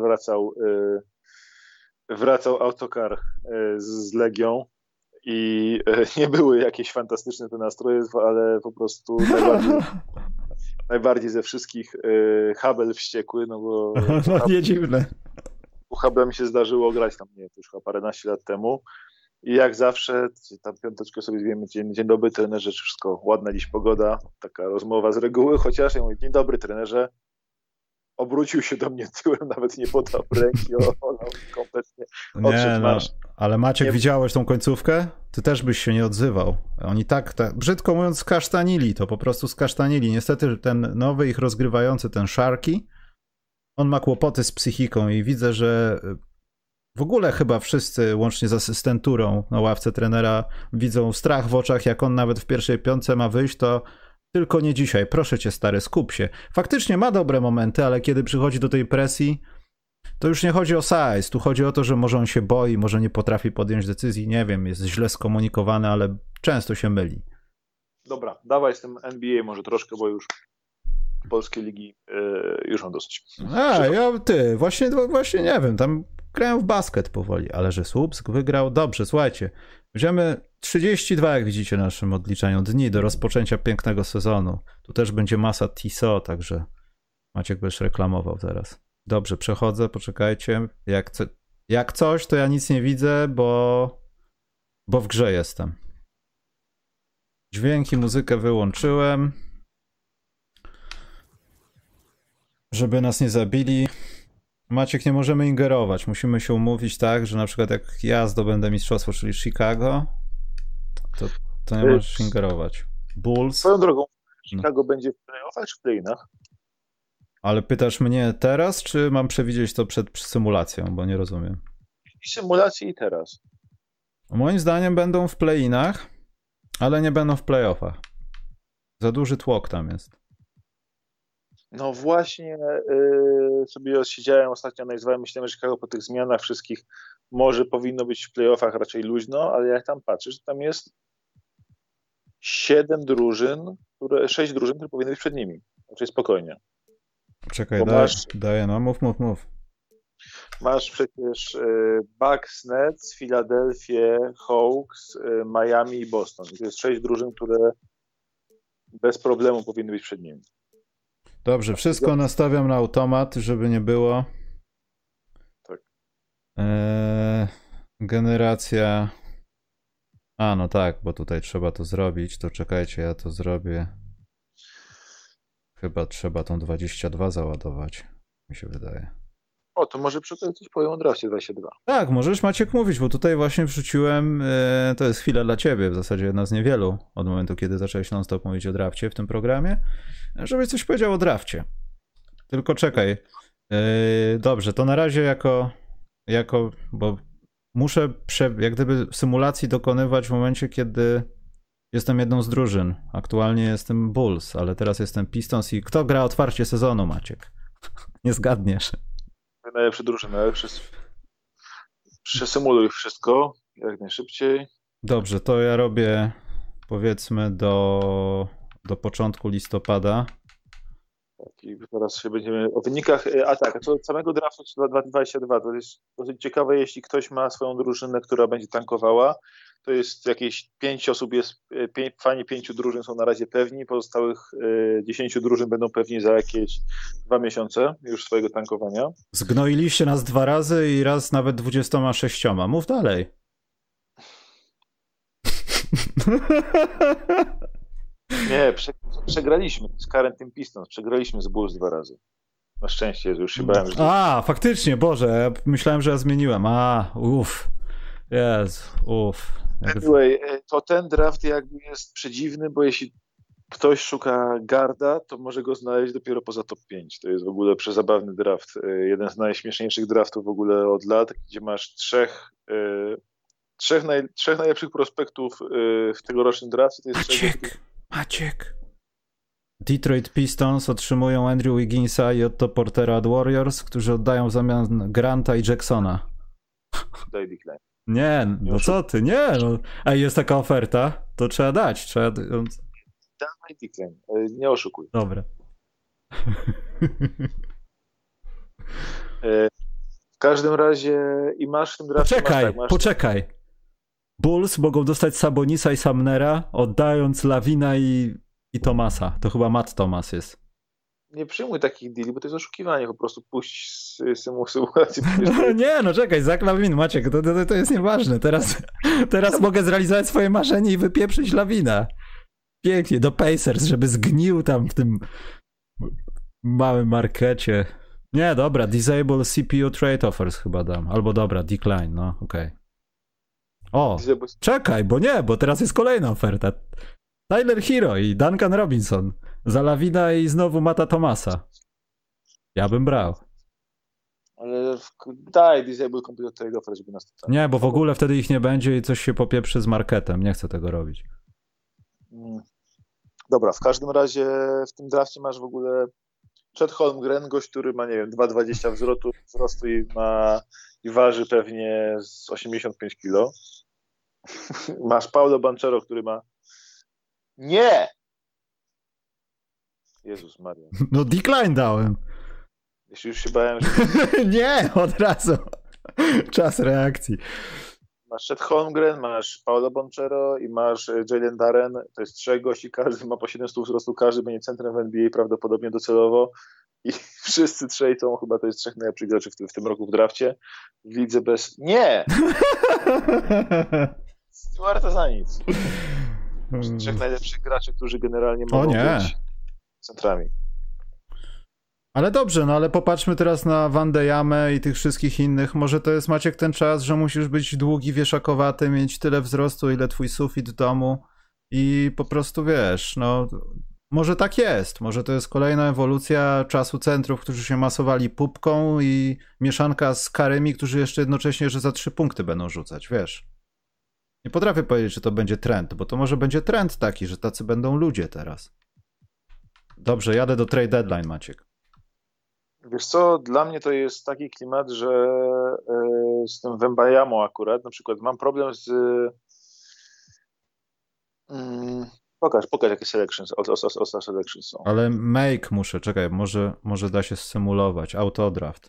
wracał autokar z Legią i nie były jakieś fantastyczne te nastroje, ale po prostu najbardziej ze wszystkich Habel wściekły, no bo no nie dziwne. U Habla mi się zdarzyło grać tam, nie, to już chyba paręnaście lat temu i jak zawsze tam piąteczkę sobie zwiemy, dzień dobry trenerze, czy wszystko ładna dziś pogoda, taka rozmowa z reguły, chociaż ja mówię, dzień dobry trenerze, obrócił się do mnie tyłem, nawet nie podał ręki, kompletnie odszedł nasz. Ale Maciek, widziałeś tą końcówkę? Ty też byś się nie odzywał. Oni tak brzydko mówiąc, skasztanili to, po prostu skasztanili. Niestety ten nowy ich rozgrywający, ten Sharky, on ma kłopoty z psychiką i widzę, że w ogóle chyba wszyscy, łącznie z asystenturą na ławce trenera, widzą strach w oczach, jak on nawet w pierwszej piątce ma wyjść, to tylko nie dzisiaj, proszę cię stary, skup się. Faktycznie ma dobre momenty, ale kiedy przychodzi do tej presji, to już nie chodzi o size, tu chodzi o to, że może on się boi, może nie potrafi podjąć decyzji, nie wiem, jest źle skomunikowany, ale często się myli. Dobra, dawaj z tym NBA może troszkę, bo już polskiej ligi już mam dosyć. Właśnie nie wiem, tam grają w basket powoli, ale że Słupsk wygrał, dobrze, słuchajcie, będziemy 32, jak widzicie, naszym odliczaniu dni do rozpoczęcia pięknego sezonu. Tu też będzie masa Tissot, także Maciek będziesz reklamował teraz. Dobrze, przechodzę, poczekajcie. Jak coś, to ja nic nie widzę, bo w grze jestem. Dźwięki, muzykę wyłączyłem, żeby nas nie zabili. Maciek, nie możemy ingerować. Musimy się umówić tak, że na przykład jak ja zdobędę mistrzostwo, czyli Chicago, to nie możesz ingerować. Bulls. Swoją drogą, Chicago będzie w playoffach czy w play-inach? Ale pytasz mnie teraz, czy mam przewidzieć to przed symulacją, bo nie rozumiem. I symulacji i teraz. Moim zdaniem będą w play-inach, ale nie będą w playoffach. Za duży tłok tam jest. No właśnie sobie siedziałem ostatnio, myślałem, że Chicago po tych zmianach wszystkich może powinno być w playoffach raczej luźno, ale jak tam patrzysz, to tam jest 6 drużyn, które powinny być przed nimi. Raczej spokojnie. Czekaj, daję, no mów. Masz przecież Bucks, Nets, Filadelfię, Hawks, Miami i Boston. I to jest 6 drużyn, które bez problemu powinny być przed nimi. Dobrze, wszystko nastawiam na automat, żeby nie było. Tak. Generacja. No tak, bo tutaj trzeba to zrobić. To czekajcie, ja to zrobię. Chyba trzeba tą 22 załadować, mi się wydaje. O, to może przy okazji coś powiem o drafcie 22. Tak, możesz Maciek mówić, bo tutaj właśnie wrzuciłem, to jest chwila dla ciebie, w zasadzie jedna z niewielu, od momentu kiedy zacząłeś non-stop mówić o drafcie w tym programie, żebyś coś powiedział o drafcie. tylko czekaj. Dobrze, to na razie bo muszę jak gdyby symulacji dokonywać w momencie, kiedy jestem jedną z drużyn. Aktualnie jestem Bulls, ale teraz jestem Pistons i kto gra otwarcie sezonu, Maciek? Nie zgadniesz. Najlepsze drużyny, przesymuluj wszystko jak najszybciej. Dobrze, to ja robię powiedzmy do początku listopada. Tak, i teraz się będziemy o wynikach. A tak, co do samego draftu 2022, to jest dosyć ciekawe, jeśli ktoś ma swoją drużynę, która będzie tankowała, to jest jakieś 5 osób, fani 5 drużyn są na razie pewni, pozostałych 10 drużyn będą pewni za jakieś 2 miesiące już swojego tankowania. Zgnoiliście nas 2 razy i raz nawet 26. Mów dalej. Nie, przegraliśmy z Carrington Pistons, przegraliśmy z Bulls 2 razy. Na szczęście, już się bałem, że... Faktycznie, Boże, ja myślałem, że ja zmieniłem. Anyway, to ten draft jakby jest przedziwny, bo jeśli ktoś szuka garda, to może go znaleźć dopiero poza top 5. To jest w ogóle przezabawny draft. Jeden z najśmieszniejszych draftów w ogóle od lat, gdzie masz trzech najlepszych prospektów w tegorocznym drafcie. To jest Maciek. Detroit Pistons otrzymują Andrew Wigginsa i Otto Portera od Warriors, którzy oddają w zamian Granta i Jacksona. Daj decline. Nie, no co ty, nie. No. Ej, jest taka oferta, to trzeba dać. Daj decline, nie oszukuj. Dobra. W każdym razie i masz w tym drafcie... Poczekaj. Bulls mogą dostać Sabonisa i Sumnera, oddając Lavina i Thomasa. To chyba Matt Thomas jest. Nie przyjmuj takich deali, bo to jest oszukiwanie. Po prostu puść symulację. Nie, no czekaj, Zach Lavin, Maciek, to jest nieważne. Teraz mogę zrealizować swoje marzenie i wypieprzyć Lavina. Pięknie, do Pacers, żeby zgnił tam w tym małym markecie. Nie, dobra, Disable CPU Trade Offers chyba dam. Albo dobra, Decline, no okej. O, czekaj, bo teraz jest kolejna oferta. Tyler Hero i Duncan Robinson za Lavina i znowu Matta Thomasa. Ja bym brał. Ale daj Disable Computer Trade Offer, żeby nas tutaj... Nie, bo w ogóle wtedy ich nie będzie i coś się popieprzy z marketem. Nie chcę tego robić. Dobra, w każdym razie w tym drafcie masz w ogóle Chet Holmgren, gość, który ma, nie wiem, 2,20 wzrostu i waży pewnie z 85 kg. Masz Paulo Banchero, który ma... Nie! Jezus Maria. No decline dałem. Jeśli już się bałem, że... Nie, od razu. Czas reakcji. Masz Chet Holmgren, masz Paulo Banchero i masz Jalen Duren. To jest 3 gości, każdy ma po 7 stóp wzrostu, każdy będzie centrem w NBA prawdopodobnie docelowo. I wszyscy trzej są, chyba to jest 3 najlepszych graczy w tym roku w drafcie. W lidze bez... Nie! Warto za nic. 3 najlepszych graczy, którzy generalnie mogą być centrami. Ale dobrze, no ale popatrzmy teraz na Van de Jamę i tych wszystkich innych. Może to jest, Maciek, ten czas, że musisz być długi, wieszakowaty, mieć tyle wzrostu, ile twój sufit w domu i po prostu wiesz, no może tak jest. Może to jest kolejna ewolucja czasu centrów, którzy się masowali pupką i mieszanka z karymi, którzy jeszcze jednocześnie, że za 3 punkty będą rzucać, wiesz. Nie potrafię powiedzieć, że to będzie trend, bo to może będzie trend taki, że tacy będą ludzie teraz. Dobrze, jadę do trade deadline, Maciek. Wiesz co, dla mnie to jest taki klimat, że z tym Wembanyamą akurat, na przykład mam problem z... Pokaż jakie selections, All-Star selections są. Ale make muszę, czekaj, może da się symulować. Autodraft.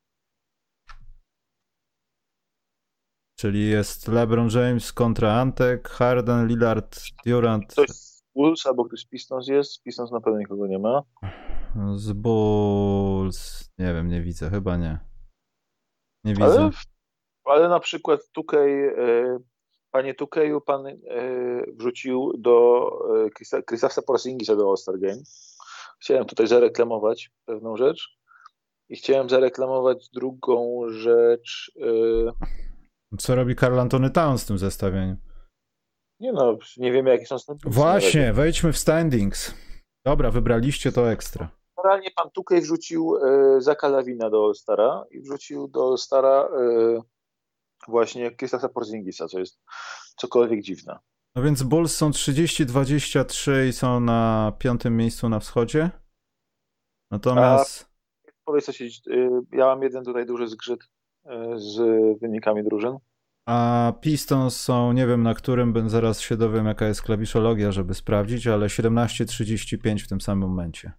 Czyli jest LeBron James kontra Antek, Harden, Lillard, Durant. Ktoś z Bulls albo ktoś z Pistons jest? Pistons na pewno nikogo nie ma. Z Bulls, nie wiem, nie widzę, chyba nie. Nie widzę. Ale na przykład panie Tukeju, pan wrzucił do Kristapsa Porzingisa do All-Star Game. Chciałem tutaj zareklamować pewną rzecz i chciałem zareklamować drugą rzecz. Co robi Karl Anthony Towns w tym zestawieniu? Nie no, nie wiemy jakie są standardy. Właśnie, wejdźmy w standings. Dobra, wybraliście to ekstra. generalnie pan Tukej wrzucił Zaka Lawina do All-Stara i wrzucił do All-Stara właśnie Krystasa Porzingisa, co jest cokolwiek dziwne. No więc Bulls są 30-23 i są na 5. miejscu na wschodzie. Natomiast... Powiedz co się... Ja mam jeden tutaj duży zgrzyt z wynikami drużyn. A Pistons są, nie wiem na którym, zaraz się dowiem jaka jest klawiszologia, żeby sprawdzić, ale 17-35 w tym samym momencie.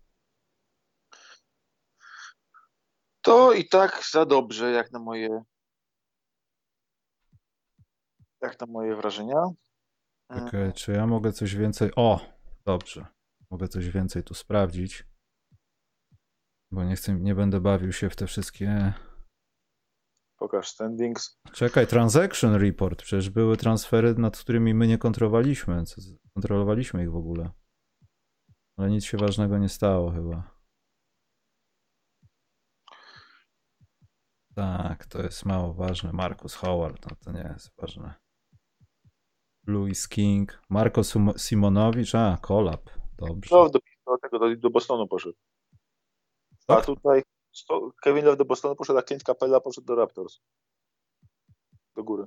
To i tak za dobrze, jak na moje wrażenia. Okej, czy ja mogę coś więcej... O, dobrze. Mogę coś więcej tu sprawdzić. Bo nie będę bawił się w te wszystkie... Pokaż standings. Czekaj, transaction report. Przecież były transfery, nad którymi my nie kontrolowaliśmy. Kontrolowaliśmy ich w ogóle. Ale nic się ważnego nie stało chyba. Tak, to jest mało ważne. Marcus Howard, no to nie jest ważne. Louis King, Marco Simonowicz, Kolab, dobrze. No, do Bostonu poszedł. A tutaj Kevin Love do Bostonu poszedł, a Clint Capella poszedł do Raptors. Do góry.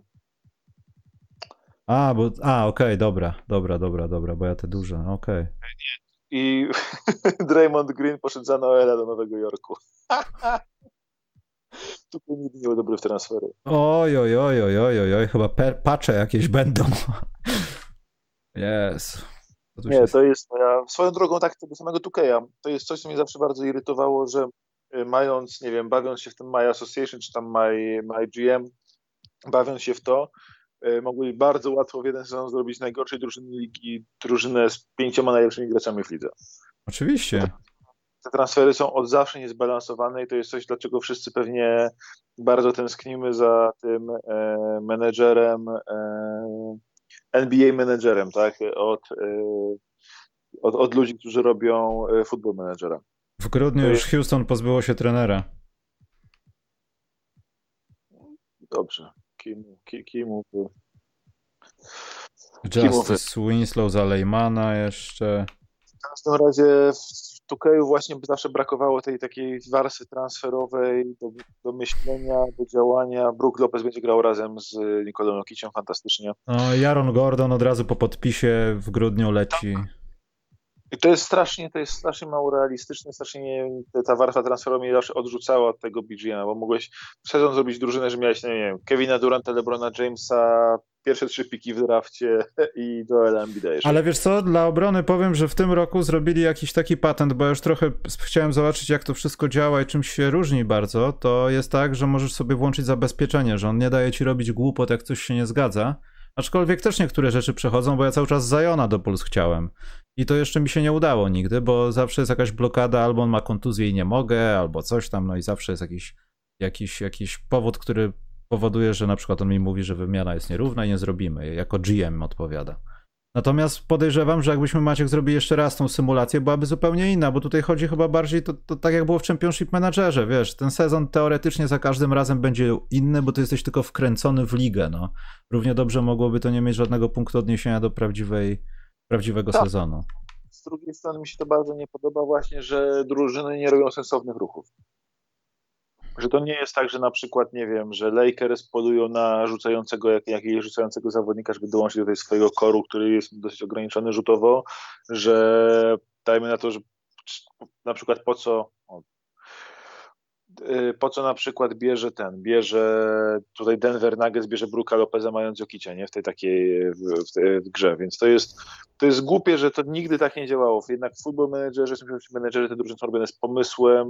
Okej, dobra, bo ja te duże, okej. I Draymond Green poszedł za Noela do Nowego Jorku. Tutaj nigdy nie był dobry w transfery. Oj, chyba patche jakieś będą. Yes. Nie, to jest swoją drogą tak do samego 2K'a. To jest coś, co mnie zawsze bardzo irytowało, że mając, nie wiem, bawiąc się w tym My Association, czy tam My GM, bawiąc się w to, mogli bardzo łatwo w jeden sezon zrobić najgorszej drużyny ligi, drużynę z 5 najlepszymi graczami w lidze. Oczywiście. Te transfery są od zawsze niezbalansowane i to jest coś, dlaczego wszyscy pewnie bardzo tęsknimy za tym menedżerem, NBA menedżerem, tak? Od ludzi, którzy robią football managera. W grudniu już Houston pozbyło się trenera. Dobrze. Kim mówi? Justice Winslow za Leymana jeszcze. W każdym razie w 2K'u właśnie zawsze brakowało tej takiej warstwy transferowej do myślenia, do działania. Brook Lopez będzie grał razem z Nikolą Jokiciem fantastycznie. No, Jaron Gordon od razu po podpisie w grudniu leci. I to jest strasznie mało realistyczne, strasznie ta warstwa transferowa mnie zawsze odrzucała od tego BGM, bo mogłeś sezon zrobić drużynę, że miałeś, nie wiem, Kevina Duranta, LeBrona Jamesa, pierwsze 3 piki w drafcie i Joela Embida jeszcze. Ale wiesz co, dla obrony powiem, że w tym roku zrobili jakiś taki patent, bo ja już trochę chciałem zobaczyć, jak to wszystko działa i czym się różni bardzo. To jest tak, że możesz sobie włączyć zabezpieczenie, że on nie daje ci robić głupot, jak coś się nie zgadza. Aczkolwiek też niektóre rzeczy przechodzą, bo ja cały czas Ziona do Bulls chciałem. I to jeszcze mi się nie udało nigdy, bo zawsze jest jakaś blokada, albo on ma kontuzję i nie mogę, albo coś tam, no i zawsze jest jakiś powód, który powoduje, że na przykład on mi mówi, że wymiana jest nierówna i nie zrobimy. Jako GM odpowiada. Natomiast podejrzewam, że jakbyśmy, Maciek, zrobili jeszcze raz tą symulację, byłaby zupełnie inna, bo tutaj chodzi chyba bardziej to tak jak było w Championship Managerze, wiesz, ten sezon teoretycznie za każdym razem będzie inny, bo ty jesteś tylko wkręcony w ligę, no. Równie dobrze mogłoby to nie mieć żadnego punktu odniesienia do prawdziwego sezonu. Z drugiej strony mi się to bardzo nie podoba właśnie, że drużyny nie robią sensownych ruchów. Że to nie jest tak, że na przykład, nie wiem, że Lakers polują na jakiegoś rzucającego zawodnika, żeby dołączyć do tej swojego koru, który jest dosyć ograniczony rzutowo, że dajmy na to, że na przykład po co na przykład bierze tutaj Denver Nuggets bierze Brooka Lopeza mając Jokicia, nie? W tej takiej w grze, więc to jest głupie, że to nigdy tak nie działało. Jednak w football managerze, menedżerzy te drużyny są robione z pomysłem,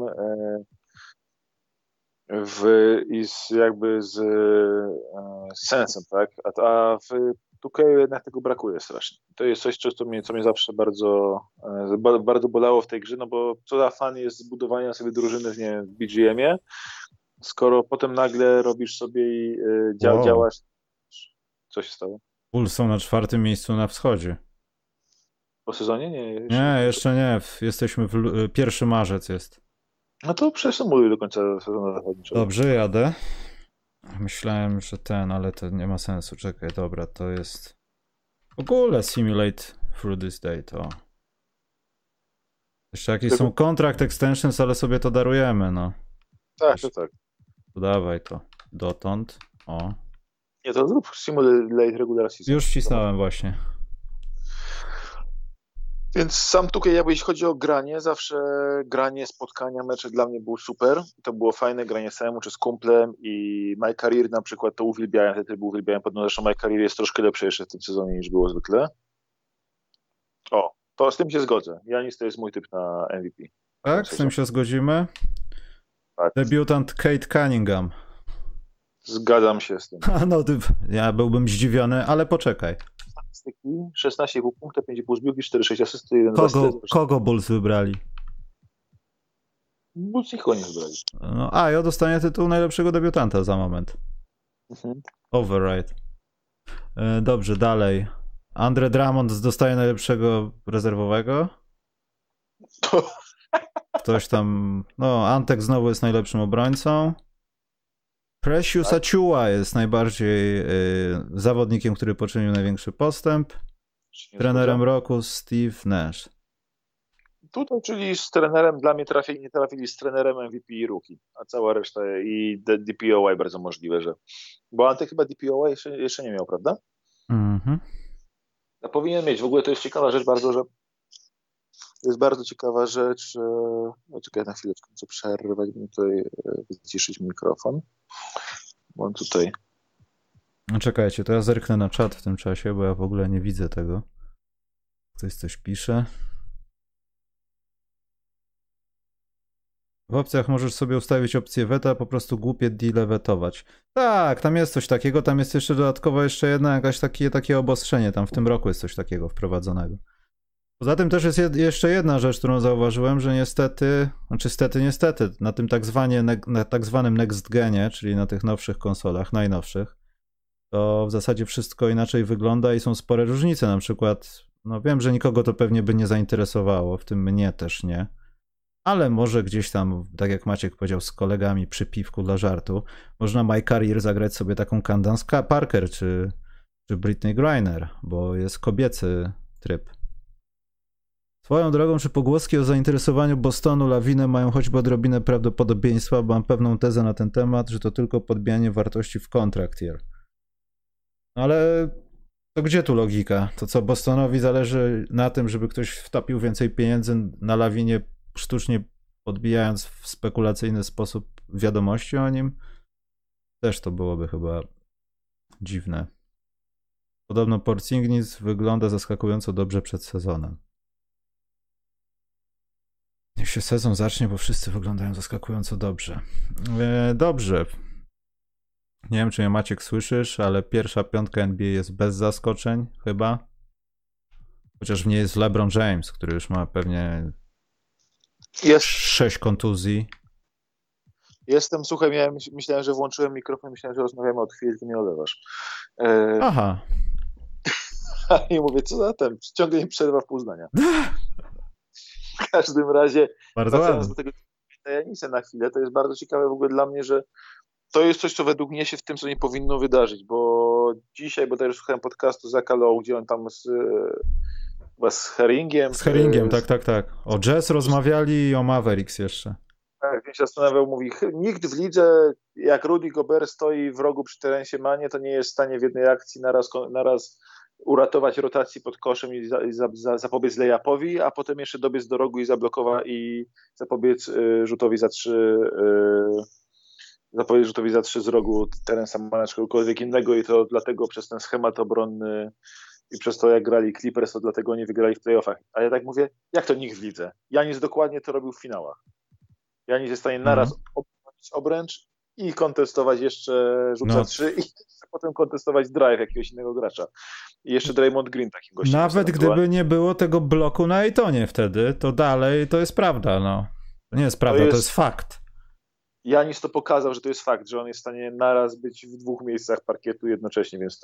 z sensem, tak? A w 2K jednak tego brakuje strasznie. To jest coś, co mnie zawsze bardzo, bardzo bolało w tej grze, no bo co za fan jest zbudowania sobie drużyny w BGM-ie, skoro potem nagle robisz sobie i działasz. Co się stało? Bulls są na 4. miejscu na wschodzie. Po sezonie? Nie, jeszcze nie. Jesteśmy 1 marzec jest. No to przesumuję do końca sezonu zachodniczego. Dobrze, jadę. Myślałem, że ale to nie ma sensu. Czekaj, dobra, to jest... W ogóle simulate through this day, to Jeszcze jakieś są contract extensions, ale sobie to darujemy, no. Tak, to tak. To dawaj to. Dotąd. O. Nie, to zrób simulate regular season. Już wcisnąłem właśnie. Więc sam tutaj, jakby jeśli chodzi o granie, zawsze granie, spotkania, mecze dla mnie było super. To było fajne granie samemu czy z kumplem i My Career na przykład to uwielbiałem, te tryby uwielbiałem. Zresztą My Career jest troszkę lepsze jeszcze w tym sezonie niż było zwykle. O, to z tym się zgodzę. Janis to jest mój typ na MVP. Tak, z tym się zgodzimy. Tak. Debiutant Kate Cunningham. Zgadzam się z tym. No, ja byłbym zdziwiony, ale poczekaj. Statystyki 16,5 punkta, 5,5 zbiórki, 4,6 asysty, 1 Kogo Bulls wybrali? Bulls nikogo nie wybrali. No, Ajo dostanie tytuł najlepszego debiutanta za moment. Override. Dobrze, dalej. Andre Drummond dostaje najlepszego rezerwowego. Ktoś tam... No, Antek znowu jest najlepszym obrońcą. Precious Achiuwa jest najbardziej zawodnikiem, który poczynił największy postęp. Trenerem roku Steve Nash. Tutaj, czyli z trenerem, dla mnie nie trafili z trenerem MVP i rookie, a cała reszta i DPOY bardzo możliwe, że... Bo Antek chyba DPOY jeszcze nie miał, prawda? A powinien mieć. W ogóle to jest ciekawa rzecz bardzo, że to jest bardzo ciekawa rzecz. Czekaj na chwileczkę, muszę przerwać, bym tutaj wyciszyć mikrofon. Bo on tutaj... No czekajcie, to ja zerknę na czat w tym czasie, bo ja w ogóle nie widzę tego. Ktoś coś pisze. W opcjach możesz sobie ustawić opcję weta, po prostu głupie deale wetować. Tak, tam jest coś takiego, tam jest jeszcze dodatkowo jedna jakaś takie obostrzenie, tam w tym roku jest coś takiego wprowadzonego. Poza tym też jest jeszcze jedna rzecz, którą zauważyłem, że niestety, na tym tak zwanym next genie, czyli na tych nowszych konsolach, najnowszych, to w zasadzie wszystko inaczej wygląda i są spore różnice. Na przykład, no wiem, że nikogo to pewnie by nie zainteresowało, w tym mnie też nie, ale może gdzieś tam, tak jak Maciek powiedział, z kolegami przy piwku dla żartu, można My Career zagrać sobie taką Candace Parker czy Brittney Griner, bo jest kobiecy tryb. Swoją drogą, czy pogłoski o zainteresowaniu Bostonu lawinem mają choćby odrobinę prawdopodobieństwa, bo mam pewną tezę na ten temat, że to tylko podbijanie wartości w contract year. No ale to gdzie tu logika? To co, Bostonowi zależy na tym, żeby ktoś wtopił więcej pieniędzy na lawinie, sztucznie podbijając w spekulacyjny sposób wiadomości o nim? Też to byłoby chyba dziwne. Podobno Porzingis wygląda zaskakująco dobrze przed sezonem. Niech się sezon zacznie, bo wszyscy wyglądają zaskakująco dobrze. Dobrze. Nie wiem, czy mnie Maciek słyszysz, ale pierwsza piątka NBA jest bez zaskoczeń, chyba. Chociaż w niej jest LeBron James, który już ma pewnie 6 kontuzji. Słuchaj, myślałem, że włączyłem mikrofon, myślałem, że rozmawiamy od chwili, ty mnie olewasz. Aha. I mówię, co zatem? Ciągle nie przerwa w pół zdania. W każdym razie, wracając do tego Janisa na chwilę, to jest bardzo ciekawe w ogóle dla mnie, że to jest coś, co według mnie się w tym, co nie powinno wydarzyć, bo dzisiaj, bo też słuchałem podcastu Zaka Lowe, gdzie on tam z Herringiem. Z Herringiem, tak. O Jazz rozmawiali i o Mavericks jeszcze. Tak, więc się zastanawiał, mówi, nikt w lidze, jak Rudy Gobert stoi w rogu przy Terensie Manie, to nie jest w stanie w jednej akcji naraz uratować rotacji pod koszem i zapobiec layupowi, a potem jeszcze dobiec do rogu i zablokować i zapobiec rzutowi za 3 z rogu Terensa Mana czy kogokolwiek innego i to dlatego przez ten schemat obronny i przez to jak grali Clippers, to dlatego oni wygrali w playoffach. A ja tak mówię, jak to nikt w lidze? Janis dokładnie to robił w finałach. Janis jest w stanie naraz obronić obręcz i kontestować jeszcze rzut za 3 i potem kontestować drive jakiegoś innego gracza. I jeszcze Draymond Green takim gościem. Nawet gdyby nie było tego bloku na Aytonie wtedy, to dalej to jest prawda, no. To nie jest prawda, to jest fakt. Janis to pokazał, że to jest fakt, że on jest w stanie naraz być w 2 miejscach parkietu jednocześnie, więc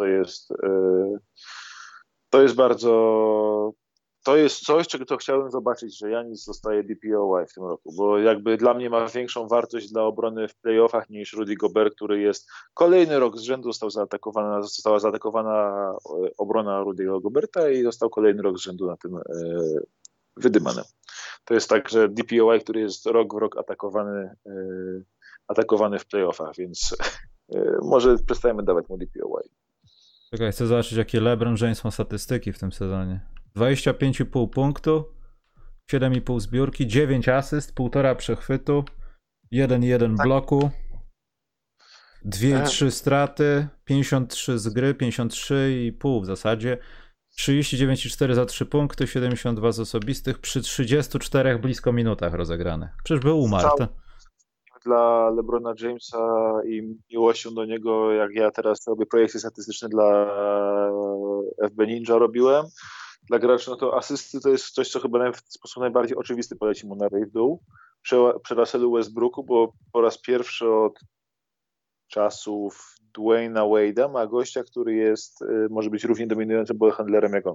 to jest coś, czego to chciałem zobaczyć, że Janis zostaje DPOY w tym roku, bo jakby dla mnie ma większą wartość dla obrony w playoffach niż Rudy Gobert, który jest kolejny rok z rzędu została zaatakowana obrona Rudy'ego Goberta i został kolejny rok z rzędu na tym wydymanym. To jest tak, że DPOY, który jest rok w rok atakowany w playoffach, więc może przestajemy dawać mu DPOY. Czekaj, chcę zobaczyć, jakie LeBron James ma statystyki w tym sezonie. 25,5 punktu, 7,5 zbiórki, 9 asyst, 1,5 przechwytu, 1,1 bloku, 2,3 straty, 53 z gry, 53,5 w zasadzie, 39,4 za 3 punkty, 72 z osobistych przy 34 blisko minutach rozegranych. Przecież był umarł. Dla LeBrona Jamesa i miłością do niego, jak ja teraz robię projekcje statystyczne dla FB Ninja robiłem, dla graczy, no to asysty to jest coś, co chyba w sposób najbardziej oczywisty poleci mu na rej w dół. Przy Russellu Westbrooku, bo po raz pierwszy od czasów Dwayna Wade'a ma gościa, który może być równie dominującym ballhandlerem jak on.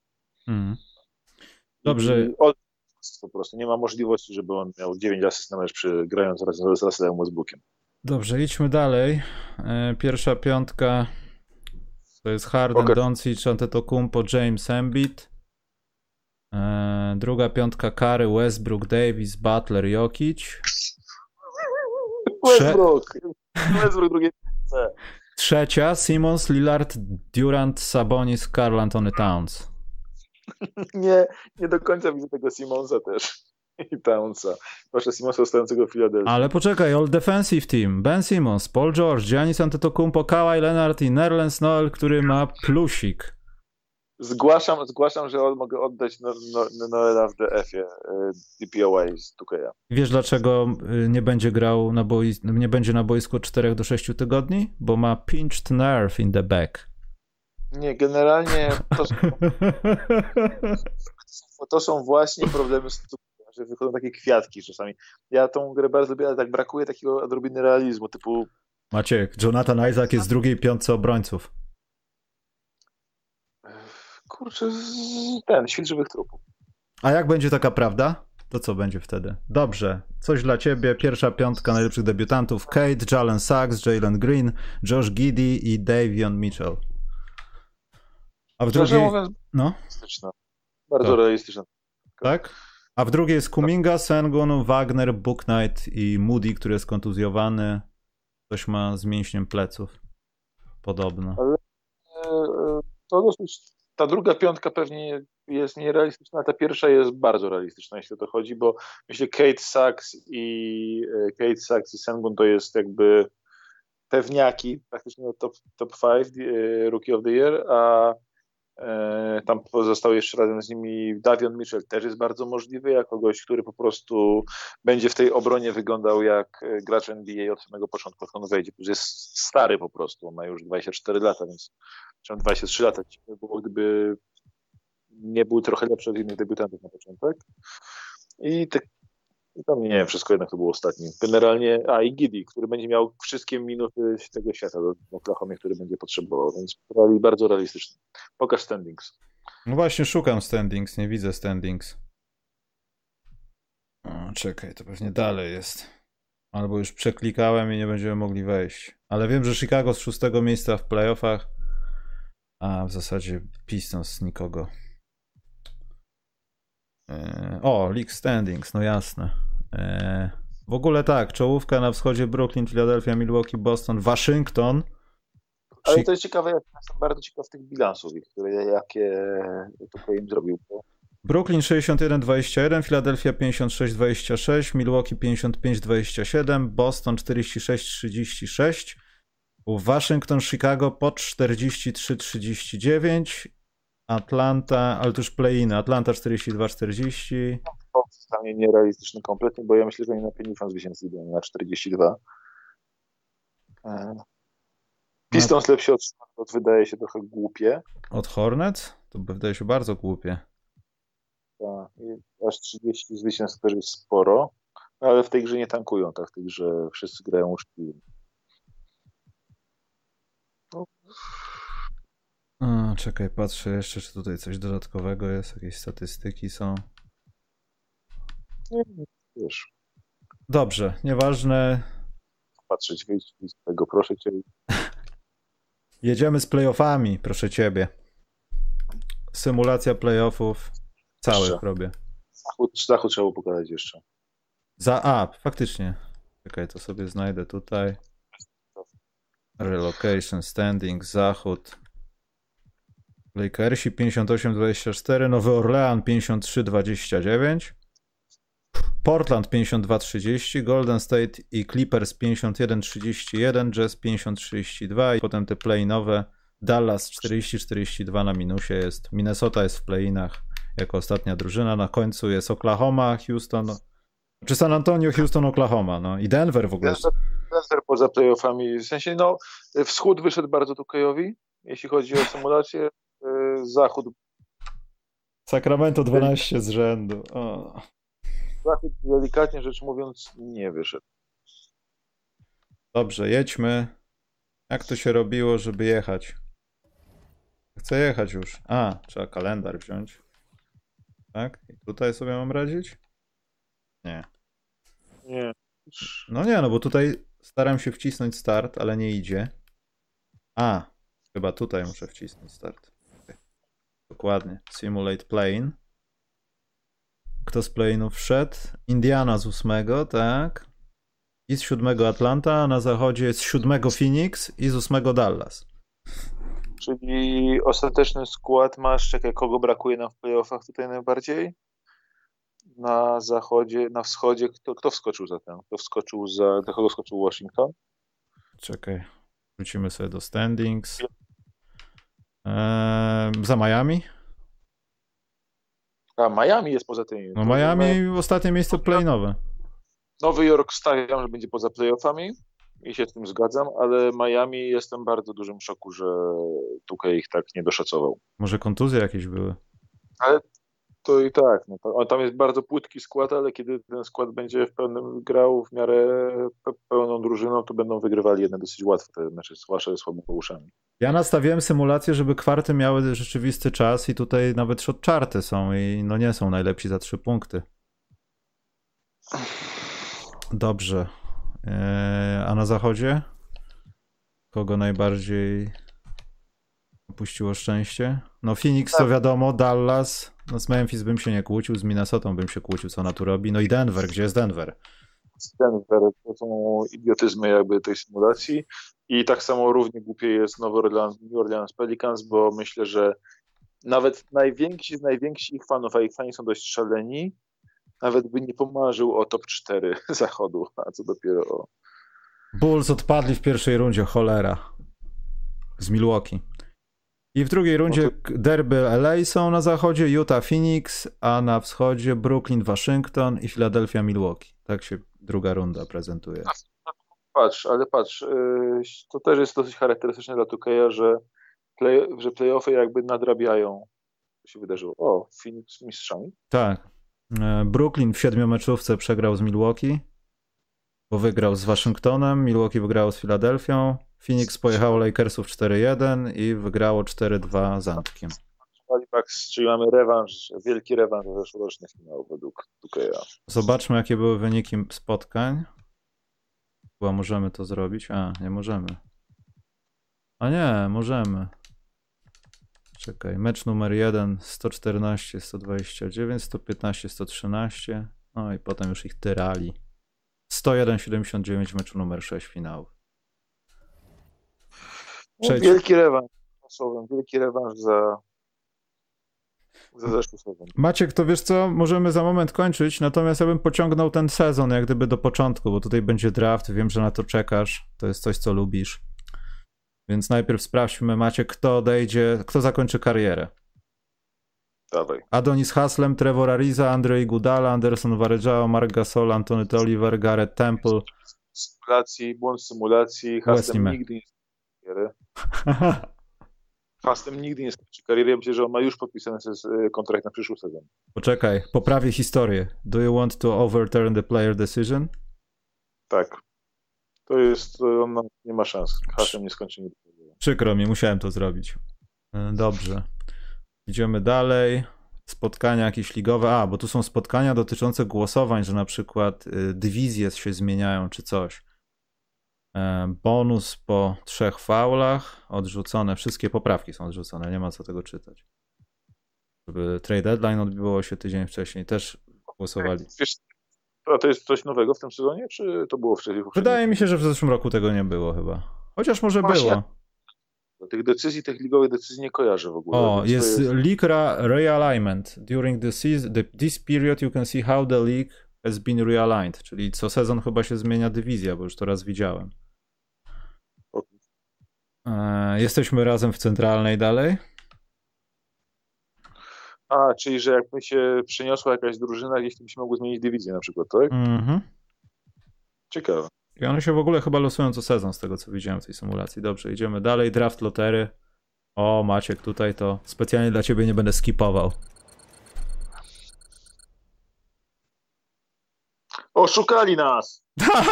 Dobrze. Po prostu nie ma możliwości, żeby on miał 9 asyst na mecz grając z Russellem Westbrookiem. Dobrze, idźmy dalej. Pierwsza piątka to jest Harden, Doncic, Antetokounmpo, James Embiid. Druga piątka Curry, Westbrook, Davis, Butler, Jokic. Westbrook drugie miejsce. Trzecia Simmons, Lillard, Durant, Sabonis, Karl Anthony Towns. Nie do końca widzę tego Simmonsa też i Townsa. Proszę Simmonsa stojącego w Philadelphia. Ale poczekaj, All Defensive Team. Ben Simmons, Paul George, Giannis Antetokounmpo, Kawhi Leonard i Nerlens Noel, który ma plusik. Zgłaszam, że mogę oddać Noela w DF-ie DPOY z 2K. Wiesz dlaczego nie będzie grał nie będzie na boisku od 4 do 6 tygodni? Bo ma pinched nerve in the back. Nie, generalnie to są właśnie problemy z tym, że wychodzą takie kwiatki czasami. Ja tą grę bardzo lubię, ale tak brakuje takiego odrobiny realizmu, typu... Maciek, Jonathan Isaac jest w drugiej piątce obrońców. Kurczę, świt żywych trupów. A jak będzie taka prawda? To co będzie wtedy? Dobrze, coś dla ciebie. Pierwsza piątka najlepszych debiutantów. Kate, Jalen Suggs, Jalen Green, Josh Giddey i Davion Mitchell. A w drugiej... mówiąc, realistyczna. Bardzo realistyczna. Tak? A w drugiej jest Kuminga, Sengun, Wagner, Book Knight i Moody, który jest kontuzjowany. Ktoś ma z mięśniem pleców. Podobno. Ale ta druga piątka pewnie jest nierealistyczna, a ta pierwsza jest bardzo realistyczna, jeśli o to chodzi, bo myślę, Kate Suggs i Sengun to jest jakby pewniaki, praktycznie top 5 Rookie of the Year, a tam pozostał jeszcze razem z nimi Davion Mitchell, też jest bardzo możliwy, jako gość, który po prostu będzie w tej obronie wyglądał jak gracz NBA od samego początku, jak on wejdzie. Jest stary po prostu, on ma już 24 lata, więc 23 lata by było, gdyby nie był trochę lepszy od innych debiutantów na początek. I tam nie wiem, wszystko jednak to było ostatni. Generalnie, i Giddey, który będzie miał wszystkie minuty tego świata do Oklahoma, który będzie potrzebował, więc bardzo realistyczny. Pokaż standings. No właśnie szukam standings, nie widzę standings. Czekaj, to pewnie dalej jest. Albo już przeklikałem i nie będziemy mogli wejść. Ale wiem, że Chicago z 6 miejsca w playoffach, a w zasadzie Pistons nikogo. League Standings, no jasne. W ogóle tak, czołówka na wschodzie Brooklyn, Philadelphia, Milwaukee, Boston, Waszyngton. Ale to jest ciekawe, ja jestem bardzo ciekaw tych bilansów, jakie to im zrobił. Brooklyn 61-21, Philadelphia 56-26, Milwaukee 55-27, Boston 46-36, Waszyngton, Chicago po 43-39, Atlanta, ale to już play-in, Atlanta 42-40. To jest dla mnie nierealistyczny kompletnie, bo ja myślę, że oni na 50 zwycięstw idą, na 42. Pistons lepszy od wydaje się trochę głupie. Od Hornets? To wydaje się bardzo głupie. Tak, aż 30 zwycięstw też jest sporo, ale w tej grze nie tankują, tak, w tej grze wszyscy grają uczciwie. Czekaj, patrzę jeszcze, czy tutaj coś dodatkowego jest, jakieś statystyki są. Nie, wiesz. Dobrze, nieważne. Patrzeć, wyjść z tego, proszę cię. Jedziemy z playoffami, proszę ciebie. Symulacja playoffów całych robię. Zachód trzeba było pokazać jeszcze. Faktycznie. Czekaj, to sobie znajdę tutaj. Relocation, standing, Zachód. Lakersi 58-24, Nowy Orlean 53-29, Portland 52-30, Golden State i Clippers 51-31, Jazz 50-32 i potem te play-inowe Dallas 40-42 na minusie jest. Minnesota jest w play-inach jako ostatnia drużyna. Na końcu jest Oklahoma, Houston, czy San Antonio, Houston, Oklahoma, no i Denver w ogóle. Denver poza playoffami, w sensie no wschód wyszedł bardzo tukejowi, jeśli chodzi o symulację. Zachód. Sacramento 12 z rzędu. O. Zachód delikatnie rzecz mówiąc nie wyszedł. Dobrze, jedźmy. Jak to się robiło, żeby jechać? Chcę jechać już. Trzeba kalendarz wziąć. Tak? I tutaj sobie mam radzić? Nie. Nie. No nie, no bo tutaj staram się wcisnąć start, ale nie idzie. Chyba tutaj muszę wcisnąć start. Dokładnie. Simulate plane. Kto z plane'ów wszedł? Indiana z 8, tak. I z 7 Atlanta, a na zachodzie jest z 7 Phoenix i z 8 Dallas. Czyli ostateczny skład masz, czekaj, kogo brakuje nam w playoffach tutaj najbardziej? Na zachodzie, na wschodzie, kto wskoczył za ten? Do kogo wskoczył Washington? Czekaj, wrócimy sobie do standings. Za Miami? Miami jest poza tymi. No Miami ostatnie miejsce play-inowe. Nowy Jork stawiam, że będzie poza playoffami i się z tym zgadzam, ale Miami jestem w bardzo dużym szoku, że Tukaj ich tak nie doszacował. Może kontuzje jakieś były? Ale to i tak. No, tam jest bardzo płytki skład, ale kiedy ten skład będzie w pełnym grał w miarę pełną drużyną, to będą wygrywali jedne dosyć łatwo te mecze, zwłaszcza ze słabouszami. Ja nastawiłem symulację, żeby kwarty miały rzeczywisty czas i tutaj nawet shot charty są i no nie są najlepsi za 3 punkty. Dobrze. A na zachodzie? Kogo najbardziej opuściło szczęście? No Phoenix to wiadomo, Dallas. No z Memphis bym się nie kłócił, z Minnesotą bym się kłócił, co ona tu robi. No i Denver, gdzie jest Denver? Denver, to są idiotyzmy jakby tej symulacji i tak samo równie głupie jest New Orleans Pelicans, bo myślę, że nawet najwięksi z największych ich fanów, a ich fani są dość szaleni, nawet by nie pomarzył o top 4 zachodu, a co dopiero o... Bulls odpadli w pierwszej rundzie, cholera. Z Milwaukee. I w drugiej rundzie derby LA są na zachodzie, Utah Phoenix, a na wschodzie Brooklyn Waszyngton i Philadelphia Milwaukee. Tak się druga runda prezentuje. Patrz, to też jest dosyć charakterystyczne dla 2K'a, że playoffy jakby nadrabiają. Co się wydarzyło? O, Phoenix mistrzami? Tak. Brooklyn w 7-meczówce przegrał z Milwaukee, bo wygrał z Waszyngtonem, Milwaukee wygrało z Filadelfią, Phoenix pojechało Lakersów 4-1 i wygrało 4-2 z Antkiem. Czyli mamy rewanż, wielki rewanż zeszłorocznych finałów według 2K'a. Zobaczmy, jakie były wyniki spotkań. Chyba możemy to zrobić. Nie możemy. Nie, możemy. Czekaj, mecz numer 1 114, 129, 115, 113. No i potem już ich tyrali. 101-79 meczu numer 6 finałów. Wielki rewanż. Wielki rewanż za zeszły sezon. Maciek, to wiesz co, możemy za moment kończyć, natomiast ja bym pociągnął ten sezon jak gdyby do początku, bo tutaj będzie draft, wiem, że na to czekasz, to jest coś, co lubisz. Więc najpierw sprawdźmy, Maciek, kto odejdzie, kto zakończy karierę. Dawaj. Adonis Haslem, Trevor Ariza, Andre Iguodala, Anderson Varejao, Marc Gasol, Antony Tolliver, Garrett Temple. Błąd symulacji, Haslem nigdy nie skończy kariery. Haslem nigdy nie skończy kariery. Ja myślę, że on ma już podpisany kontrakt na przyszły sezon. Poczekaj, poprawię historię. Do you want to overturn the player decision? Tak. On nie ma szans. Haslem nie skończy nigdy. Przykro mi, musiałem to zrobić. Dobrze. Idziemy dalej. Spotkania jakieś ligowe. Bo tu są spotkania dotyczące głosowań, że na przykład dywizje się zmieniają czy coś. Bonus po 3 faulach. Odrzucone. Wszystkie poprawki są odrzucone. Nie ma co tego czytać. Żeby trade deadline odbyło się tydzień wcześniej. Też głosowali. Wiesz, a to jest coś nowego w tym sezonie, czy to było wcześniej? Wydaje mi się, że w zeszłym roku tego nie było chyba. Chociaż może Właśnie. było. Tych ligowych decyzji nie kojarzę w ogóle. O, jest league realignment. During this period you can see how the league has been realigned. Czyli co sezon chyba się zmienia dywizja, bo już to raz widziałem. Jesteśmy razem w centralnej dalej. Czyli że jakby się przeniosła jakaś drużyna, gdzieś to byśmy mogły zmienić dywizję na przykład, tak? Mhm. Ciekawe. I one się w ogóle chyba losują co sezon, z tego co widziałem w tej symulacji. Dobrze, idziemy dalej. Draft lotery. O, Maciek, tutaj to specjalnie dla ciebie nie będę skipował. Oszukali nas!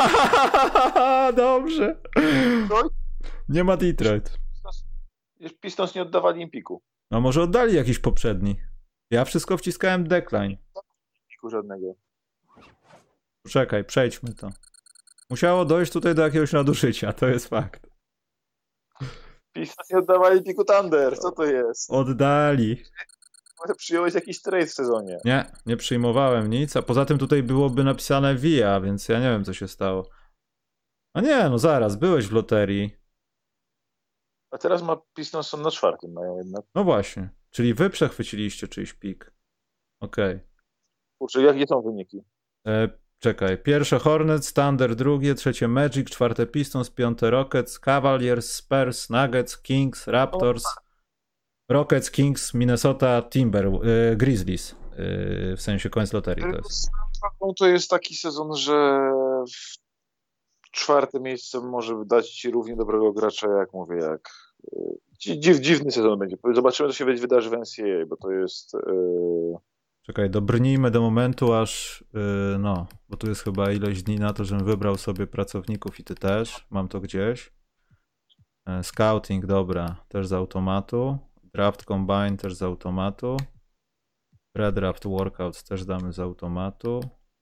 Dobrze. Co? Nie ma Detroit. Pistons nie oddawali im piku. No może oddali jakiś poprzedni. Ja wszystko wciskałem decline. Piku żadnego. Czekaj, przejdźmy to. Musiało dojść tutaj do jakiegoś nadużycia, to jest fakt. Pistons nie oddawali piku Thunder, co to jest? Oddali. Może przyjąłeś jakiś trade w sezonie. Nie przyjmowałem nic, a poza tym tutaj byłoby napisane VIA, więc ja nie wiem co się stało. A nie, no zaraz, byłeś w loterii. A teraz Pistons są na 4. mają jednak. No właśnie, czyli wy przechwyciliście czyjś pik. Okej. Kurczę, jakie są wyniki? Czekaj, pierwsze Hornets, Thunder drugie, trzecie Magic, czwarte Pistons, piąte Rockets, Cavaliers, Spurs, Nuggets, Kings, Raptors, Rockets, Kings, Minnesota, Grizzlies. W sensie koniec loterii to jest. To jest taki sezon, że czwarte miejsce może dać ci równie dobrego gracza, jak mówię, dziwny sezon będzie. Zobaczymy, co się wydarzy w NCAA, bo to jest... Czekaj, dobrnijmy do momentu, aż bo tu jest chyba ilość dni na to, żebym wybrał sobie pracowników i ty też. Mam to gdzieś. Scouting, dobra, też z automatu. Draft Combine też z automatu. Redraft Workouts też damy z automatu.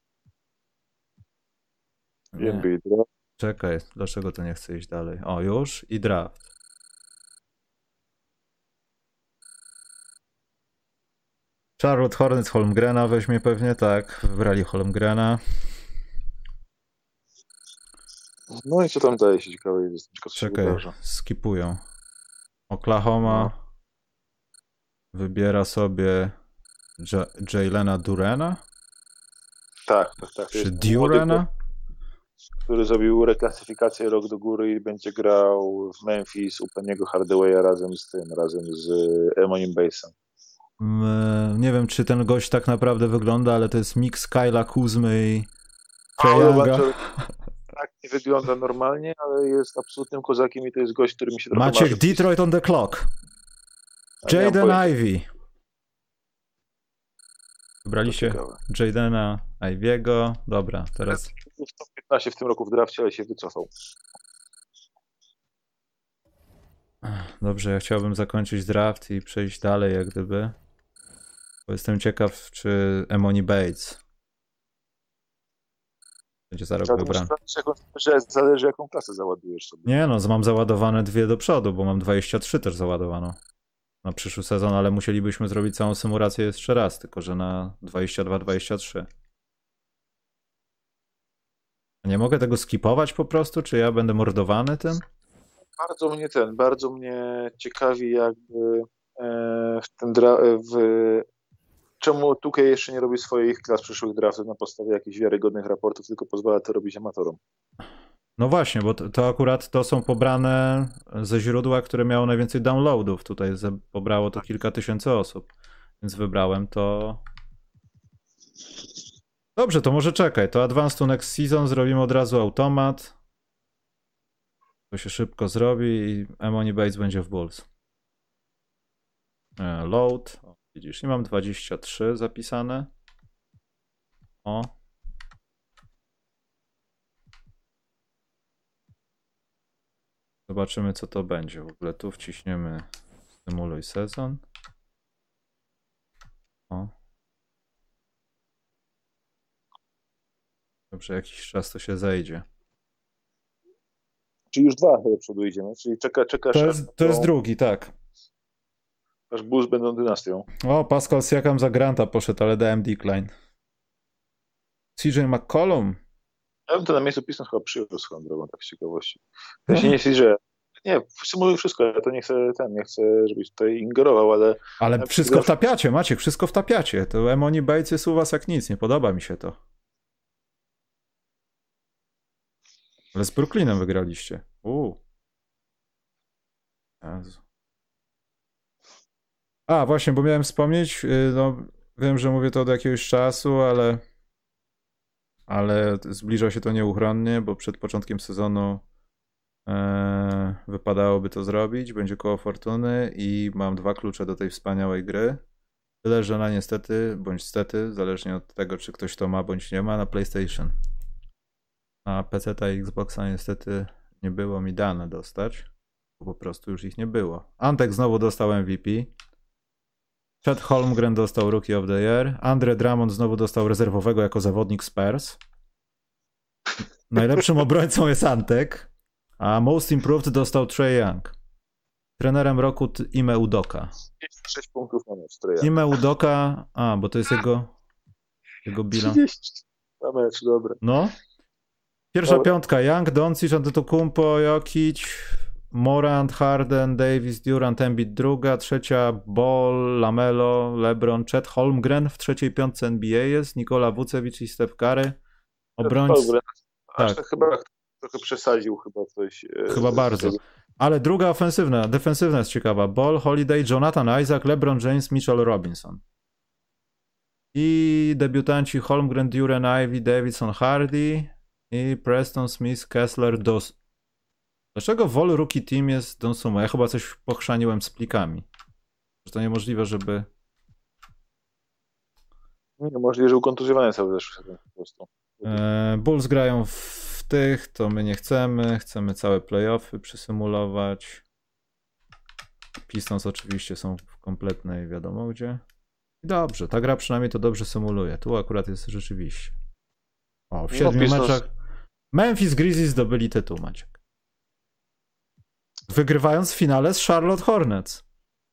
Czekaj, dlaczego to nie chce iść dalej? O, już i draft. Charlotte Hornets Holmgrena weźmie pewnie, tak. Wybrali Holmgrena. No i co tam daje się ciekawe? Czekaj, skipują. Oklahoma wybiera sobie Jalena Durena? Tak. Czy Durena? Który zrobił reklasyfikację rok do góry i będzie grał w Memphis u Penny'ego Hardawaya razem z Emonim Bassem. Nie wiem, czy ten gość tak naprawdę wygląda, ale to jest mix Kyla Kuzmy i Trae Younga. Tak, nie wygląda normalnie, ale jest absolutnym kozakiem i to jest gość, który mi się trochę Maciek, Detroit on the clock. Jaden Ivey. Wybraliście Jadena Ivy'ego. Dobra, teraz... W top 15 w tym roku w drafcie, ale się wycofał. Dobrze, ja chciałbym zakończyć draft i przejść dalej, jak gdyby. Bo jestem ciekaw, czy Emoni Bates będzie za rok wybrany. Zależy, jaką klasę załadujesz sobie. Nie no, mam załadowane 2 do przodu, bo mam 23 też załadowano na przyszły sezon, ale musielibyśmy zrobić całą symulację jeszcze raz, tylko że na 22-23. Nie mogę tego skipować po prostu? Czy ja będę mordowany tym? Bardzo mnie ciekawi jakby czemu 2K jeszcze nie robi swoich klas przyszłych draftów na podstawie jakichś wiarygodnych raportów, tylko pozwala to robić amatorom. No właśnie, bo to akurat to są pobrane ze źródła, które miało najwięcej downloadów. Tutaj pobrało to kilka tysięcy osób, więc wybrałem to. Dobrze, to może czekaj. To Advanced to Next Season zrobimy od razu automat. To się szybko zrobi i Emoni Bates będzie w Bulls. Load. O, widzisz, nie mam 23 zapisane. O. Zobaczymy, co to będzie. W ogóle tu wciśniemy stymuluj sezon. O. Dobrze, jakiś czas to się zejdzie. Czyli już 2 do przodu idziemy, czyli czekasz... To jest drugi, tak. Aż Bulls będą dynastią. O, Pascal Siakam za Granta poszedł, ale dałem decline. CJ McCollum. Ja bym to na miejscu Pistons chyba przyjął swoją drogą, tak z ciekawości. Ja się nie chcę, że nie, symuluję wszystko, ja to nie chcę, żebyś tutaj ingerował, ale... Ale wszystko wtapiacie, Maciek, wszystko wtapiacie. To Emoni Bates jest u was jak nic, nie podoba mi się to. Ale z Brooklynem wygraliście. Jezu. A, właśnie, bo miałem wspomnieć, no wiem, że mówię to od jakiegoś czasu, ale zbliża się to nieuchronnie, bo przed początkiem sezonu wypadałoby to zrobić, będzie koło fortuny i mam 2 klucze do tej wspaniałej gry. Tyle, że na niestety, bądź stety, zależnie od tego, czy ktoś to ma, bądź nie ma, na PlayStation. A PC-ta i Xboxa niestety nie było mi dane dostać, bo po prostu już ich nie było. Antek znowu dostał MVP. Chet Holmgren dostał Rookie of the Year. Andre Drummond znowu dostał rezerwowego jako zawodnik Spurs. Najlepszym obrońcą jest Antek. A Most Improved dostał Trae Young. Trenerem roku Ime Udoka. 6 punktów na mecz, Trae Young. Ime Udoka, bo to jest jego bilans. 30 na mecz, dobra. No. Pierwsza piątka: Young, Doncic, Antetokounmpo, Jokic, Morant, Harden, Davis, Durant, Embiid druga, trzecia Ball, Lamelo, LeBron, Chet Holmgren w trzeciej piątce NBA jest, Nikola Vucevic i Steph Curry. Obrońcy. Tak. Chyba trochę przesadził chyba coś. Chyba bardzo. Ale druga defensywna jest ciekawa. Ball, Holiday, Jonathan Isaac, LeBron James, Mitchell Robinson. I debiutanci Holmgren, Durant, Ivy, Davidson, Hardy i Preston, Smith, Kessler, Dlaczego Vol Rookie Team jest Donsumo? Ja chyba coś pochrzaniłem z plikami. Że to niemożliwe, żeby... Nie, możliwe, że ukontuzjowany cały zeszły sezon po prostu. Bulls grają w tych, to my nie chcemy. Chcemy całe playoffy przysymulować. Pistons oczywiście są w kompletnej wiadomo gdzie. I dobrze, ta gra przynajmniej to dobrze symuluje. Tu akurat jest rzeczywiście. O, w 7 meczach Memphis Grizzlies zdobyli tytuł, Maciek. Wygrywając w finale z Charlotte Hornets.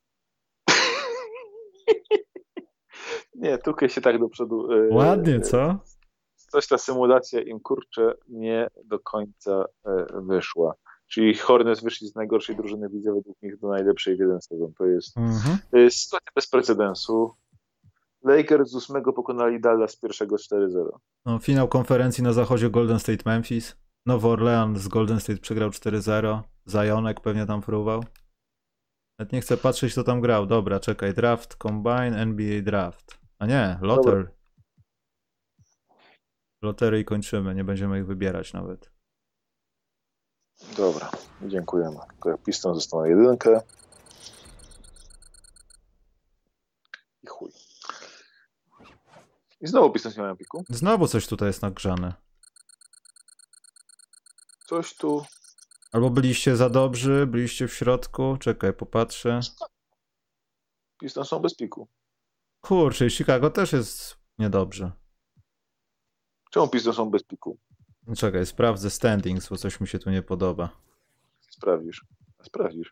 Nie, tukaj się tak do przodu. Ładnie, co? Coś ta symulacja im kurczę nie do końca wyszła. Czyli Hornets wyszli z najgorszej drużyny widzę według nich do najlepszej w jeden sezon. To jest sytuacja bez precedensu. Lakers z 8 pokonali Dallas z pierwszego 4-0. No, finał konferencji na zachodzie Golden State Memphis. Nowy Orleans z Golden State przegrał 4-0. Zajonek pewnie tam fruwał. Nawet nie chcę patrzeć, kto tam grał. Dobra, czekaj. Draft, Combine, NBA Draft. A nie, Lottery. Lotery i kończymy. Nie będziemy ich wybierać nawet. Dobra, dziękujemy. Pistons został na 1. I chuj. I znowu Pistons nie mają piku. Znowu coś tutaj jest nagrzane. Coś tu... Albo byliście za dobrzy, byliście w środku. Czekaj, popatrzę. Pistons są bez piku. Kurczę, i Chicago też jest niedobrze. Czemu Pistons są bez piku? Czekaj, sprawdzę standings, bo coś mi się tu nie podoba. Sprawdzisz.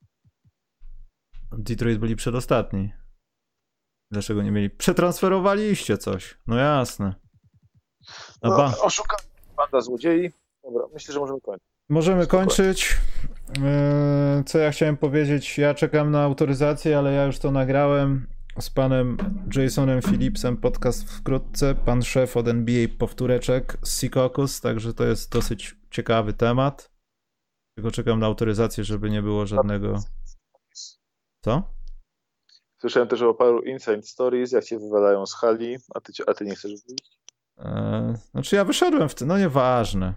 Detroit byli przedostatni. Dlaczego nie mieli? Przetransferowaliście coś. No jasne. Oszukali banda złodziei. Dobra, myślę, że możemy kończyć. Możemy kończyć. Co ja chciałem powiedzieć? Ja czekam na autoryzację, ale ja już to nagrałem z panem Jasonem Phillipsem. Podcast wkrótce. Pan szef od NBA powtóreczek z Secaucus, także to jest dosyć ciekawy temat. Tylko czekam na autoryzację, żeby nie było żadnego... Co? Słyszałem też o paru inside stories, jak cię wywalają z hali, a ty nie chcesz wyjść? Znaczy ja wyszedłem w tym, no nieważne.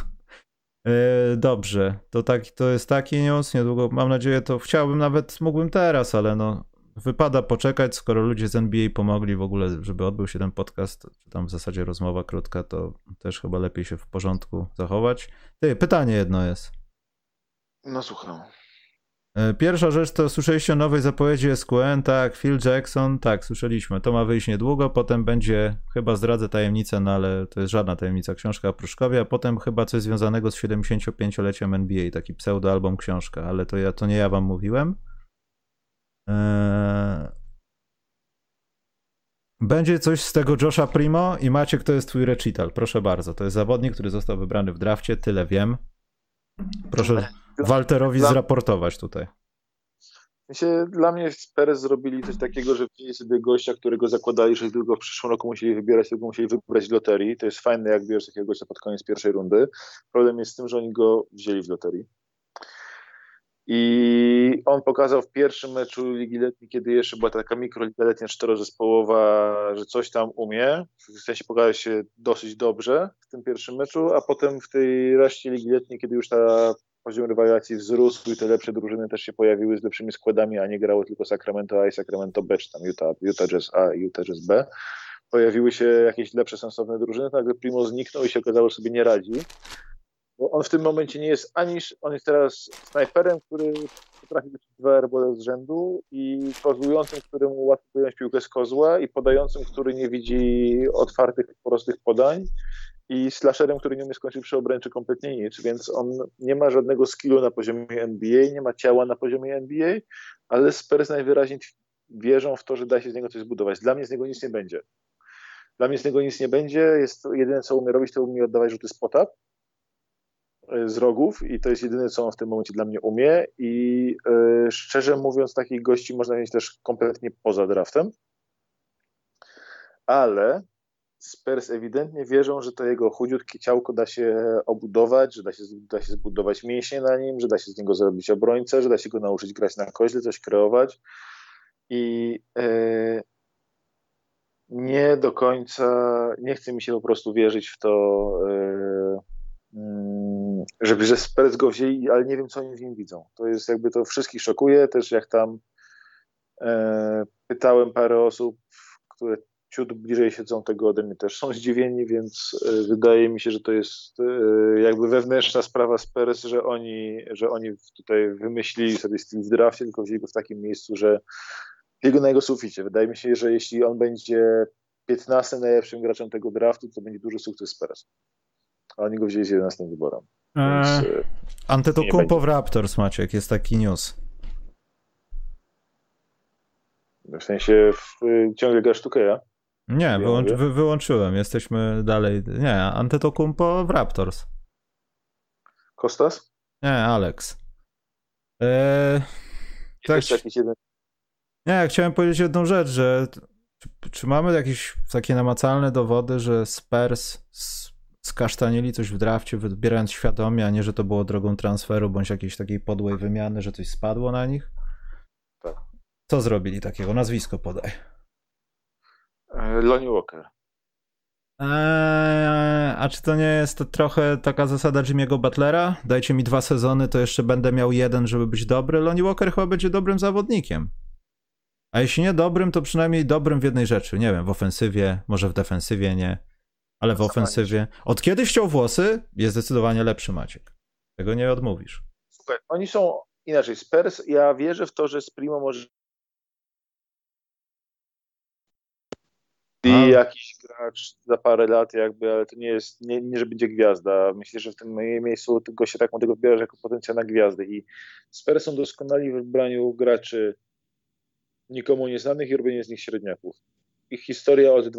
Dobrze, to jest taki news, niedługo mam nadzieję chciałbym mógłbym teraz, ale no wypada poczekać, skoro ludzie z NBA pomogli w ogóle, żeby odbył się ten podcast, czy tam w zasadzie rozmowa krótka, to też chyba lepiej się w porządku zachować. Pytanie jedno jest. No słucham. Pierwsza rzecz to słyszeliście o nowej zapowiedzi SQN, tak, Phil Jackson, tak, słyszeliśmy, to ma wyjść niedługo, potem będzie, chyba zdradzę tajemnicę, no ale to jest żadna tajemnica, książka o Pruszkowie, a potem chyba coś związanego z 75-leciem NBA, taki pseudoalbum książka, ale to nie ja wam mówiłem. Będzie coś z tego Josha Primo i Maciek, to jest twój recital. Proszę bardzo. To jest zawodnik, który został wybrany w drafcie, tyle wiem. Proszę Walterowi zraportować tutaj. Dla mnie Spurs zrobili coś takiego, że wzięli sobie gościa, którego zakładali, że tylko w przyszłym roku musieli wybierać, tylko musieli wybrać w loterii. To jest fajne, jak bierzesz takiego gościa pod koniec pierwszej rundy. Problem jest z tym, że oni go wzięli w loterii. I on pokazał w pierwszym meczu Ligi Letniej, kiedy jeszcze była taka mikroliga letnia czterozespołowa, że coś tam umie. W sensie pokazał się dosyć dobrze w tym pierwszym meczu, a potem w tej reszcie Ligi Letniej, kiedy już ta poziom rywalizacji wzrósł i te lepsze drużyny też się pojawiły z lepszymi składami, a nie grało tylko Sacramento A i Sacramento B, czy tam Utah Jazz A i Utah Jazz B. Pojawiły się jakieś lepsze, sensowne drużyny, to nagle Primo zniknął i się okazało, że sobie nie radzi. Bo on w tym momencie nie jest on jest teraz snajperem, który potrafi być 2 airbole z rzędu i kozłującym, któremu łatwo wyjąć piłkę z kozła i podającym, który nie widzi otwartych, prostych podań i slasherem, który nie umie skończyć przy obręczy kompletnie nic, więc on nie ma żadnego skillu na poziomie NBA, nie ma ciała na poziomie NBA, ale Spurs najwyraźniej wierzą w to, że da się z niego coś zbudować. Dla mnie z niego nic nie będzie. Jest jedyne, co umie robić, to umie oddawać rzuty spot-up z rogów i to jest jedyne, co on w tym momencie dla mnie umie i szczerze mówiąc, takich gości można mieć też kompletnie poza draftem, ale Spurs ewidentnie wierzą, że to jego chudziutkie ciałko da się obudować, że da się zbudować mięśnie na nim, że da się z niego zrobić obrońcę, że da się go nauczyć grać na koźle, coś kreować i nie do końca, nie chce mi się po prostu wierzyć w to, że Spurs go wzięli, ale nie wiem, co oni w nim widzą. To jest jakby to wszystkich szokuje, też jak tam pytałem parę osób, które ciut bliżej siedzą tego ode mnie, też są zdziwieni, więc wydaje mi się, że to jest jakby wewnętrzna sprawa Spurs, że oni tutaj wymyślili sobie styl w drafcie, tylko wzięli go w takim miejscu, że wzięli go na jego suficie. Wydaje mi się, że jeśli on będzie 15 najlepszym graczem tego draftu, to będzie duży sukces Spurs. A oni go wzięli z 11 wyborem. Antetokounmpo w Raptors, Maciek, jest taki news. W sensie ciągle grasz sztukę, Nie, wyłączyłem. Jesteśmy dalej. Nie, Antetokounmpo w Raptors. Kostas? Nie, Alex. Tak, jakiś jeden. Nie, chciałem powiedzieć jedną rzecz, że czy mamy jakieś takie namacalne dowody, że Spurs skasztanili coś w drafcie, wybierając świadomie, a nie, że to było drogą transferu, bądź jakiejś takiej podłej wymiany, że coś spadło na nich? Tak. Co zrobili takiego? Nazwisko podaj. Lonnie Walker. A czy to nie jest to trochę taka zasada Jimmy'ego Butlera? Dajcie mi 2 sezony, to jeszcze będę miał 1, żeby być dobry. Lonnie Walker chyba będzie dobrym zawodnikiem. A jeśli nie dobrym, to przynajmniej dobrym w jednej rzeczy. Nie wiem, w ofensywie, może w defensywie nie, ale w ofensywie. Od kiedy ściął włosy, jest zdecydowanie lepszy Maciek. Tego nie odmówisz. Słuchaj, oni są inaczej. Spurs, ja wierzę w to, że z Primo może i jakiś gracz za parę lat jakby, ale to nie jest, nie że będzie gwiazda. Myślę, że w tym miejscu tylko się taką tego wybierasz jako potencjalna gwiazdy i Spurs są doskonali w wybraniu graczy nikomu nieznanych i robienie z nich średniaków. Ich historia od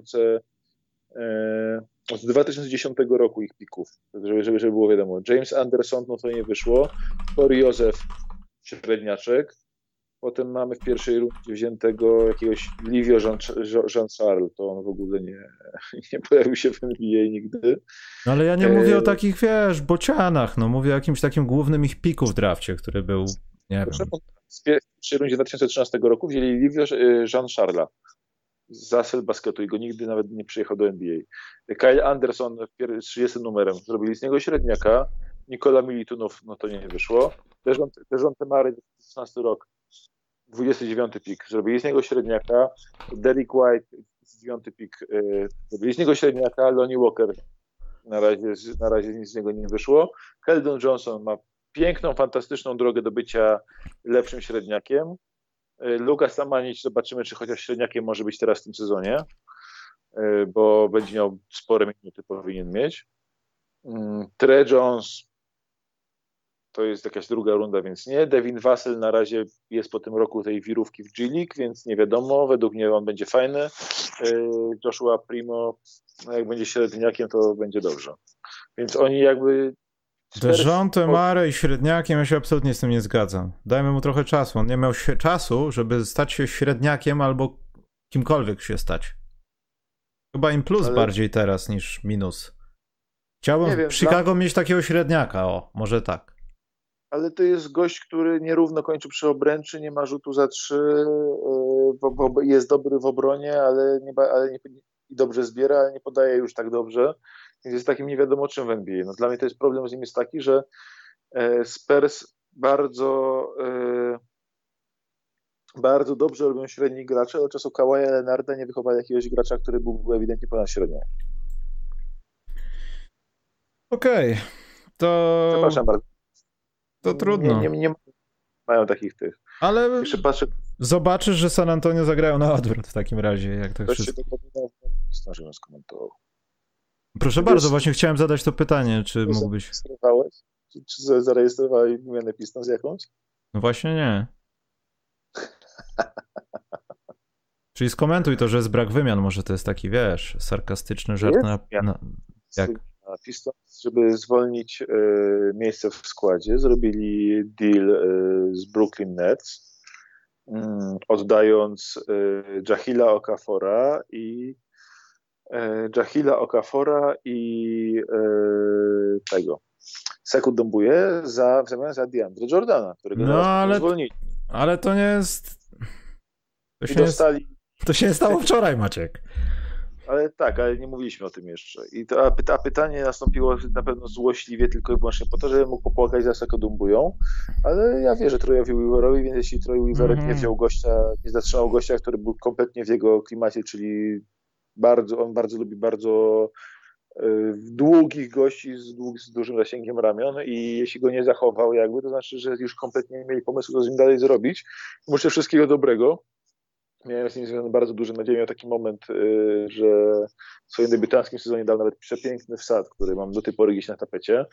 2010 roku ich pików, żeby było wiadomo. James Anderson, no to nie wyszło. Corey Joseph, średniaczek. Potem mamy w pierwszej rundzie wziętego jakiegoś Livio Jean-Charles, to on w ogóle nie pojawił się w NBA nigdy. No ale ja nie mówię o takich, wiesz, bocianach, no mówię o jakimś takim głównym ich piku w drafcie, który był, nie wiem. W pierwszej rundzie 2013 roku wzięli Livio Jean-Charles'a z Zasel Basketu i go nigdy nawet nie przyjechał do NBA. Kyle Anderson z 30 numerem, zrobili z niego średniaka. Nikola Militunov, no to nie wyszło. Dejon Temary, 2016 rok, 29 pik, zrobili z niego średniaka. Derrick White, 9 pik, zrobili z niego średniaka. Lonnie Walker, na razie nic z niego nie wyszło. Keldon Johnson ma piękną, fantastyczną drogę do bycia lepszym średniakiem. Lukas Samanic, zobaczymy, czy chociaż średniakiem może być teraz w tym sezonie, bo będzie miał spore minuty, powinien mieć. Tre Jones, to jest jakaś druga runda, więc nie. Devin Vassell na razie jest po tym roku tej wirówki w G League, więc nie wiadomo. Według mnie on będzie fajny. Joshua Primo, no jak będzie średniakiem, to będzie dobrze. Więc oni jakby... Dejounte Murray średniakiem, ja się absolutnie z tym nie zgadzam. Dajmy mu trochę czasu. On nie miał czasu, żeby stać się średniakiem albo kimkolwiek się stać. Chyba im plus bardziej teraz niż minus. Chciałbym w Chicago mieć takiego średniaka, może tak. Ale to jest gość, który nierówno kończy przy obręczy, nie ma rzutu za 3, jest dobry w obronie, ale nie dobrze zbiera, ale nie podaje już tak dobrze. Więc jest takim nie wiadomo czym w NBA. No, dla mnie to jest problem z nim jest taki, że Spurs bardzo dobrze robią średni gracze, ale czasu Kawaja Leonarda nie wychowali jakiegoś gracza, który był ewidentnie ponad średnią. Okej, to... Przepraszam bardzo. To trudno. Nie mają takich tych. Ale zobaczysz, że San Antonio zagrają na odwrót w takim razie. Jak tak wszystko... żebym skomentował. Proszę bardzo, właśnie chciałem zadać to pytanie, czy mógłbyś... Czy zarejestrowałeś wymianę Pistons jakąś? No właśnie nie. Czyli skomentuj to, że jest brak wymian, może to jest taki, wiesz, sarkastyczny żart jak? Pistons, żeby zwolnić miejsce w składzie, zrobili deal z Brooklyn Nets, oddając Jahila Okafora i tego Sekou Doumbouya w zamian za DeAndre Jordana, którego zwolnili. Ale to nie jest... To się nie stało wczoraj, Maciek. Ale nie mówiliśmy o tym jeszcze. A pytanie nastąpiło na pewno złośliwie tylko i wyłącznie po to, żeby mógł popłakać za Sekou Doumboują, ale ja wierzę Troyowi Weaverowi, więc jeśli Troy Weaver nie wziął gościa, nie zatrzymał gościa, który był kompletnie w jego klimacie, czyli on bardzo lubi długich gości z dużym zasięgiem ramion i jeśli go nie zachował to znaczy, że już kompletnie nie mieli pomysłu, co z nim dalej zrobić. Życzę wszystkiego dobrego. Miałem z nim związany bardzo duży nadzieję, miał taki moment, że w swoim debiutanckim sezonie dał nawet przepiękny wsad, który mam do tej pory gdzieś na tapecie.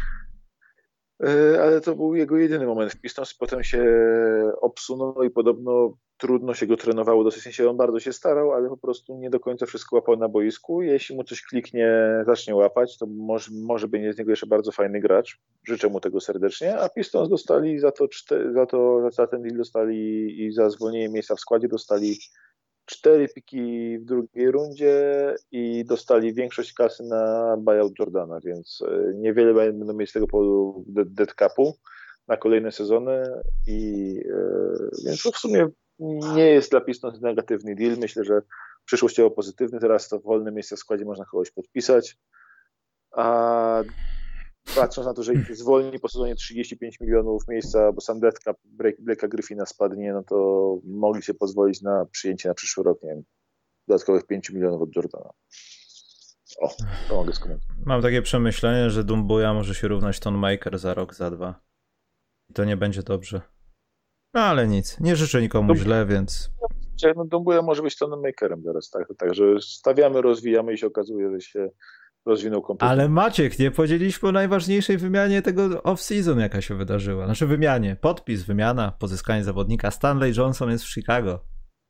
Ale to był jego jedyny moment w Pistons, potem się obsunął i podobno trudno się go trenowało, w sensie on bardzo się starał, ale po prostu nie do końca wszystko łapał na boisku. Jeśli mu coś kliknie, zacznie łapać, to może będzie z niego jeszcze bardzo fajny gracz. Życzę mu tego serdecznie, a Pistons dostali za ten deal dostali i za zwolnienie miejsca w składzie dostali 4 piki w drugiej rundzie i dostali większość kasy na buyout Jordana, więc niewiele będą mieć z tego powodu dead capu na kolejne sezony więc w sumie nie jest dla Pistons negatywny deal. Myślę, że przyszłościowo pozytywny. Teraz to wolne miejsce w składzie można kogoś podpisać. A patrząc na to, że ich zwolni po sezonie 35 milionów miejsca, bo sam dead cap Blake'a Griffina spadnie, no to mogli się pozwolić na przyjęcie na przyszły rok, nie wiem, dodatkowych 5 milionów od Jordana. To mogę skomentować. Mam takie przemyślenie, że Doumbouya może się równać Thonmaker za rok, za 2. I to nie będzie dobrze. No ale nic, nie życzę nikomu źle, więc... No Doumbouya może być Thonmakerem teraz, tak? Także stawiamy, rozwijamy i się okazuje, że się rozwinął kompletnie. Ale Maciek, nie powiedzieliśmy o najważniejszej wymianie tego off-season, jaka się wydarzyła. Znaczy wymianie, podpis, wymiana, pozyskanie zawodnika. Stanley Johnson jest w Chicago.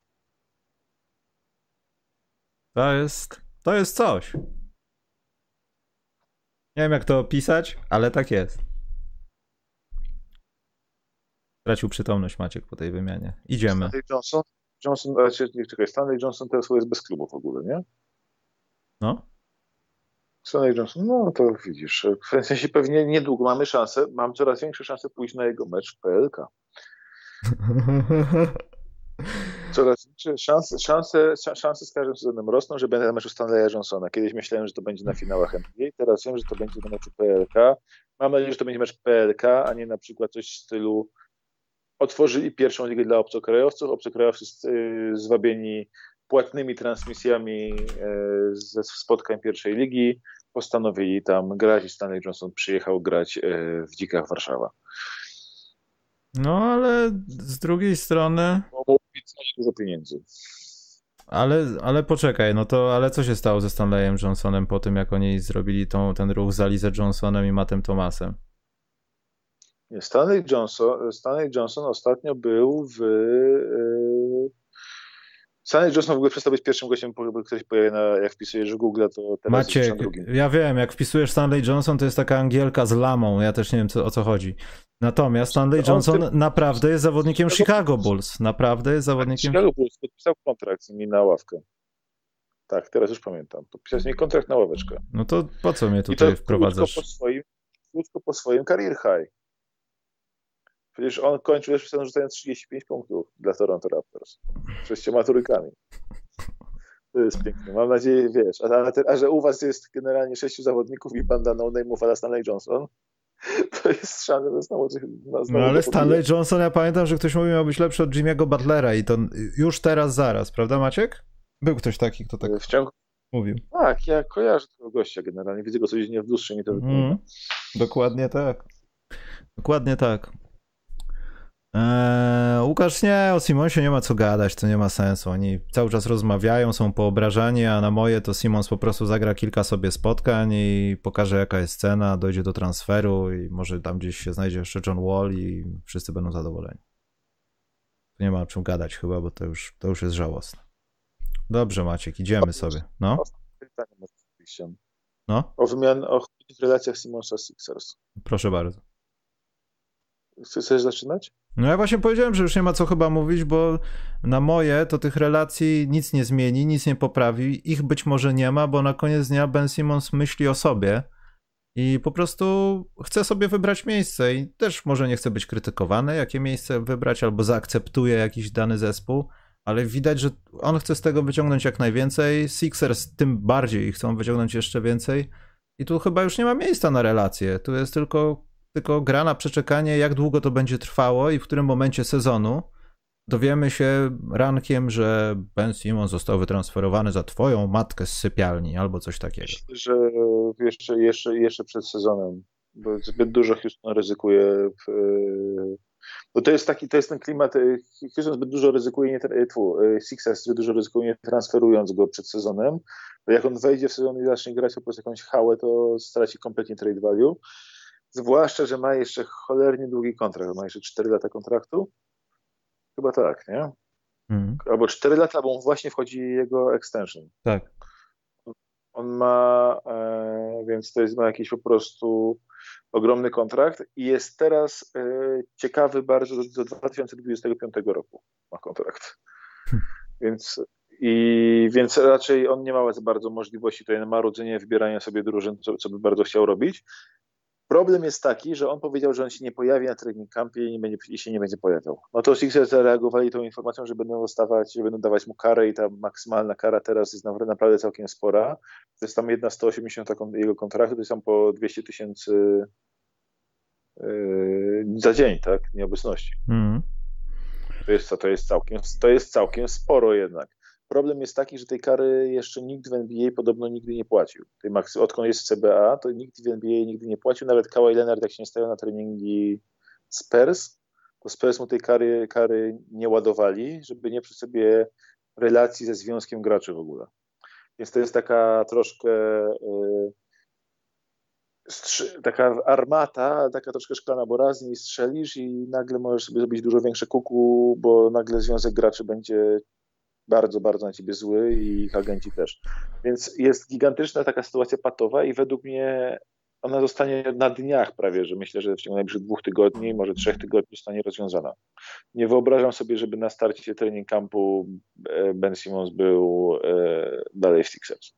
To jest coś. Nie wiem jak to opisać, ale tak jest. Stracił przytomność Maciek po tej wymianie. Idziemy. Stanley Johnson teraz jest bez klubu w ogóle, nie? No. Stanley Johnson, no to widzisz, w sensie pewnie niedługo mam coraz większe szanse pójść na jego mecz w PLK. Coraz większe szanse z każdym sezonem rosną, że będę na meczu Stanleya Johnsona. Kiedyś myślałem, że to będzie na finałach NBA, teraz wiem, że to będzie na meczu PLK. Mam nadzieję, że to będzie mecz PLK, a nie na przykład coś w stylu otworzyli pierwszą ligę dla obcokrajowców, obcokrajowcy zwabieni płatnymi transmisjami ze spotkań pierwszej ligi postanowili tam grać i Stanley Johnson przyjechał grać w Dzikach Warszawa. No ale z drugiej strony... Dużo pieniędzy. Ale poczekaj, ale co się stało ze Stanleyem Johnsonem po tym, jak oni zrobili ten ruch z Alizę Johnsonem i Mattem Thomasem? Nie, Stanley Johnson ostatnio był w... Stanley Johnson w ogóle przestał być pierwszym gościem, który się pojawia jak wpisujesz w Google, to teraz Maciek, jest na drugim. ja wiem, jak wpisujesz Stanley Johnson, to jest taka Angielka z lamą, ja też nie wiem o co chodzi. Natomiast Stanley Johnson naprawdę jest zawodnikiem Chicago Bulls. Naprawdę jest zawodnikiem... Chicago Bulls podpisał kontrakt z nimi na ławkę. Tak, teraz już pamiętam. Podpisał z nimi kontrakt na ławeczkę. No to po co mnie tutaj wprowadzasz? Krótko po swoim career high. Przecież on kończył jeszcze sezon rzucając 35 punktów dla Toronto Raptors. 6 trójkami. To jest piękne. Mam nadzieję, wiesz. A że u was jest generalnie 6 zawodników i banda no-name'ów ala Stanley Johnson, to jest szansa, że znowu... No ale Stanley Johnson, ja pamiętam, że ktoś mówił, miał być lepszy od Jimmy'ego Butlera i to już teraz, zaraz, prawda Maciek? Był ktoś taki, kto tak mówił. Tak, ja kojarzę tego gościa generalnie. Widzę go codziennie w lustrze i mi to wygląda. Dokładnie tak. Dokładnie tak. Łukasz, nie, o Simonsie nie ma co gadać, to nie ma sensu. Oni cały czas rozmawiają, są poobrażani, a na moje to Simons po prostu zagra kilka sobie spotkań i pokaże jaka jest cena, dojdzie do transferu i może tam gdzieś się znajdzie jeszcze John Wall i wszyscy będą zadowoleni. To nie ma o czym gadać chyba, bo to już jest żałosne. Dobrze Maciek, idziemy sobie. No? No? O relacjach Simonsa z Sixers. Proszę bardzo. Chcesz zaczynać? No ja właśnie powiedziałem, że już nie ma co chyba mówić, bo na moje to tych relacji nic nie zmieni, nic nie poprawi. Ich być może nie ma, bo na koniec dnia Ben Simmons myśli o sobie i po prostu chce sobie wybrać miejsce i też może nie chce być krytykowany, jakie miejsce wybrać, albo zaakceptuje jakiś dany zespół, ale widać, że on chce z tego wyciągnąć jak najwięcej. Sixers tym bardziej chcą wyciągnąć jeszcze więcej i tu chyba już nie ma miejsca na relacje. Tu jest tylko gra na przeczekanie, jak długo to będzie trwało i w którym momencie sezonu dowiemy się rankiem, że Ben Simmons został wytransferowany za twoją matkę z sypialni albo coś takiego. Myślę, że jeszcze przed sezonem, bo zbyt dużo Houston ryzykuje bo to jest ten klimat, Houston zbyt dużo ryzykuje, Sixers zbyt dużo ryzykuje nie transferując go przed sezonem, bo jak on wejdzie w sezon i zacznie grać po prostu jakąś hałę, to straci kompletnie trade value. Zwłaszcza, że ma jeszcze cholernie długi kontrakt. Ma jeszcze 4 lata kontraktu? Chyba tak, nie? Albo 4 lata, albo on właśnie wchodzi jego extension. Tak. On ma, więc ma jakiś po prostu ogromny kontrakt i jest teraz ciekawy bardzo do 2025 roku ma kontrakt. Więc raczej on nie ma za bardzo możliwości tutaj na marudzenie, wybierania sobie drużyn, co by bardzo chciał robić. Problem jest taki, że on powiedział, że on się nie pojawi na training campie i się nie będzie pojawiał. No to Sixers zareagowali tą informacją, że będą dawać mu karę i ta maksymalna kara teraz jest naprawdę całkiem spora. To jest tam 1/180 jego kontraktu, to jest tam po 200 000 za dzień, tak? Nieobecności. To jest całkiem sporo jednak. Problem jest taki, że tej kary jeszcze nikt w NBA podobno nigdy nie płacił. Odkąd jest CBA, to nikt w NBA nigdy nie płacił. Nawet Kawhi Leonard, jak się nie stawiał na treningi Spurs, to Spurs mu tej kary nie ładowali, żeby nie przy sobie relacji ze związkiem graczy w ogóle. Więc to jest taka troszkę taka armata, taka troszkę szklana, bo raz z niej strzelisz i nagle możesz sobie zrobić dużo większe kuku, bo nagle związek graczy będzie bardzo, bardzo na ciebie zły i ich agenci też. Więc jest gigantyczna taka sytuacja patowa i według mnie ona zostanie na dniach prawie, że myślę, że w ciągu najbliższych 2 tygodni, może 3 tygodni zostanie rozwiązana. Nie wyobrażam sobie, żeby na starcie training campu Ben Simmons był dalej w Sixers.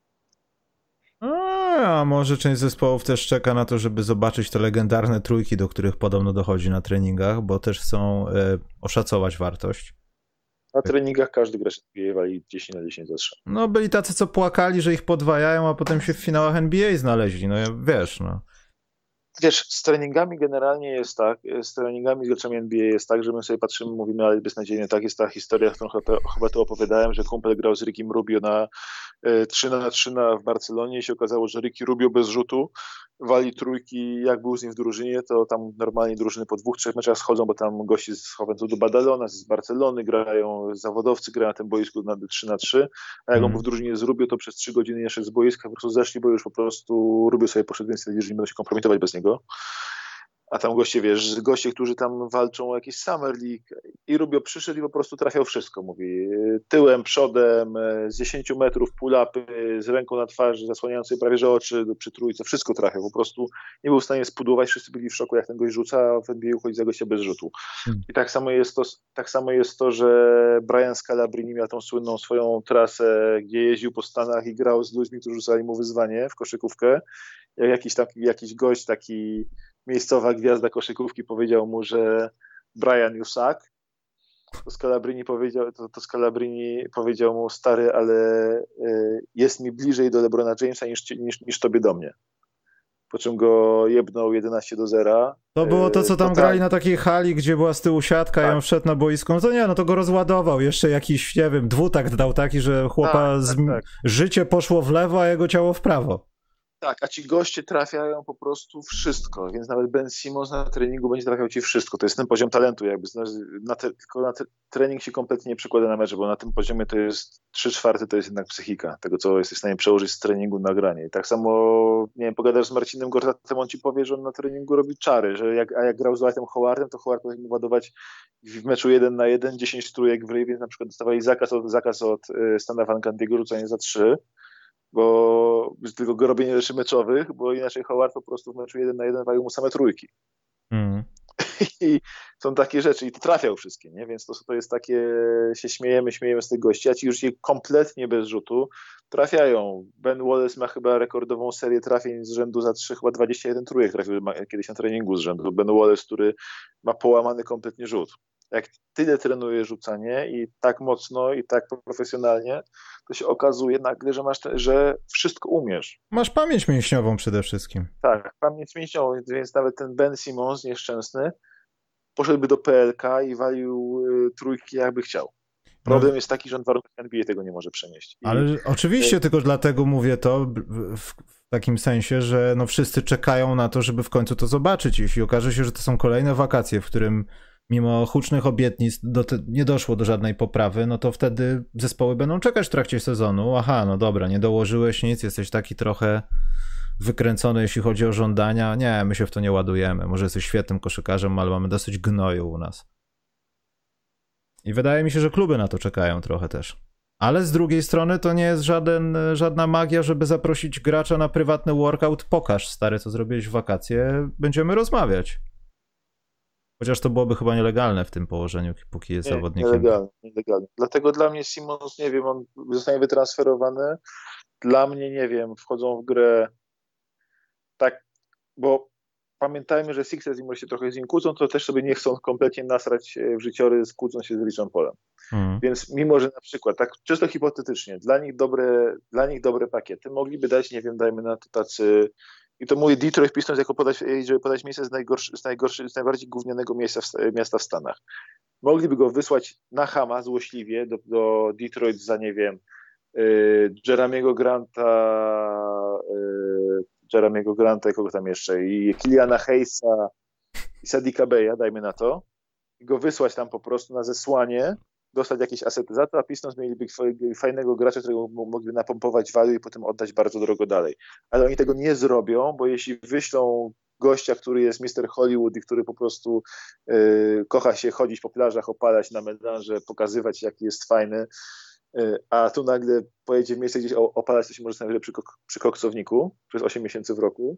A może część zespołów też czeka na to, żeby zobaczyć te legendarne trójki, do których podobno dochodzi na treningach, bo też chcą oszacować wartość. Na treningach każdy gracz NBA wali 10/10 za 3. No byli tacy, co płakali, że ich podwajają, a potem się w finałach NBA znaleźli, no wiesz, no. Wiesz, z treningami generalnie jest tak, z treningami z graczami NBA jest tak, że my sobie patrzymy, mówimy, ale beznadziejnie, tak jest ta historia, którą chyba tu opowiadałem, że kumpel grał z Rickiem Rubio na 3-3 w Barcelonie i się okazało, że Ricky Rubio bez rzutu wali trójki, jak był z nim w drużynie, to tam normalnie drużyny po 2-3 meczach schodzą, bo tam gości z Juventudu Badalona, z Barcelony grają, zawodowcy grają na tym boisku na 3-3, a jak on był w drużynie z Rubio, to przez 3 godziny jeszcze z boiska po prostu zeszli, bo już po prostu Rubio sobie poszedł, więc stwierdzili, że nie będą się kompromitować bez niego. A tam goście, wiesz, goście, którzy tam walczą o jakiś Summer League i Rubio przyszedł i po prostu trafiał wszystko, mówi, tyłem, przodem, z 10 metrów pull-upy, z ręką na twarzy, zasłaniając sobie prawie że oczy przy trójce, wszystko trafiał, po prostu nie był w stanie spudłować, wszyscy byli w szoku, jak ten gość rzuca, a w NBA uchodzi za gościa bez rzutu. I tak samo jest to, że Brian Scalabrine miał tą słynną swoją trasę, gdzie jeździł po Stanach i grał z ludźmi, którzy rzucali mu wyzwanie w koszykówkę, jak jakiś gość taki miejscowa gwiazda koszykówki powiedział mu, że Brian you suck, to Scalabrini powiedział mu, stary, ale jest mi bliżej do LeBrona Jamesa niż tobie do mnie. Po czym go jebnął 11-0. To było to, co tam grali na takiej hali, gdzie była z tyłu siatka, tak. I on wszedł na boisko. No to nie, no to go rozładował. Jeszcze jakiś, nie wiem, dwutakt dał taki, że chłopa życie poszło w lewo, a jego ciało w prawo. Tak, a ci goście trafiają po prostu wszystko, więc nawet Ben Simmons na treningu będzie trafiał ci wszystko. To jest ten poziom talentu, jakby tylko trening się kompletnie nie przekłada na mecze, bo na tym poziomie to jest 3/4 to jest jednak psychika, tego co jesteś w stanie przełożyć z treningu na granie. I tak samo, nie wiem, pogadasz z Marcinem Gortatem, on ci powie, że on na treningu robi czary, że jak grał z Dwightem Howardem, to Howard powinien ładować w meczu 1-1, 10 trójek w ryj, więc na przykład dostawali zakaz od Stana Van Gundy'ego rzucanie za 3, bo tylko robienie rzeczy meczowych, bo inaczej Howard po prostu w meczu 1-1 walił mu same trójki. I są takie rzeczy i to trafiał wszystkie, nie? Więc to jest takie, się śmiejemy z tych gości, a ci już je kompletnie bez rzutu trafiają. Ben Wallace ma chyba rekordową serię trafień z rzędu za 3, chyba 21 trójek trafił kiedyś na treningu z rzędu. Ben Wallace, który ma połamany kompletnie rzut. Jak tyle trenuje rzucanie i tak mocno i tak profesjonalnie, to się okazuje nagle, że wszystko umiesz. Masz pamięć mięśniową przede wszystkim. Tak, pamięć mięśniową, więc nawet ten Ben Simmons nieszczęsny poszedłby do PLK i walił trójki jakby chciał. Problem jest taki, że on w warunkach NBA tego nie może przenieść. Ale oczywiście, tylko dlatego mówię to w takim sensie, że no wszyscy czekają na to, żeby w końcu to zobaczyć. Jeśli okaże się, że to są kolejne wakacje, w którym mimo hucznych obietnic nie doszło do żadnej poprawy, no to wtedy zespoły będą czekać w trakcie sezonu. Aha, no dobra, nie dołożyłeś nic, jesteś taki trochę wykręcony, jeśli chodzi o żądania. Nie, my się w to nie ładujemy. Może jesteś świetnym koszykarzem, ale mamy dosyć gnoju u nas. I wydaje mi się, że kluby na to czekają trochę też. Ale z drugiej strony to nie jest żadna magia, żeby zaprosić gracza na prywatny workout. Pokaż, stary, co zrobiłeś w wakacje, będziemy rozmawiać. Chociaż to byłoby chyba nielegalne w tym położeniu, póki jest zawodnikiem. Nielegalne. Dlatego dla mnie Simmons, nie wiem, on zostanie wytransferowany. Dla mnie, nie wiem, wchodzą w grę tak, bo pamiętajmy, że Sixers, mimo się trochę z nim kłócą, to też sobie nie chcą kompletnie nasrać w życiorys, kłócą się z Richem Paulem. Więc mimo, że na przykład, tak czysto hipotetycznie, dla nich dobre pakiety, mogliby dać, nie wiem, dajmy na to tacy, i to mówię Detroit Pistons, żeby podać miejsce z najbardziej gównianego miasta w Stanach. Mogliby go wysłać na chama złośliwie do Detroit za, nie wiem, Jeramiego Granta i kogo tam jeszcze, i Kiliana Hayesa i Sadika Beya, dajmy na to, i go wysłać tam po prostu na zesłanie, dostać jakieś asety za to, a Pistons mieliby fajnego gracza, którego mogliby napompować value i potem oddać bardzo drogo dalej. Ale oni tego nie zrobią, bo jeśli wyślą gościa, który jest Mr. Hollywood i który po prostu kocha się chodzić po plażach, opalać na melanże, pokazywać, jaki jest fajny, a tu nagle pojedzie w miejsce gdzieś opalać, to się może stać przy koksowniku przez 8 miesięcy w roku,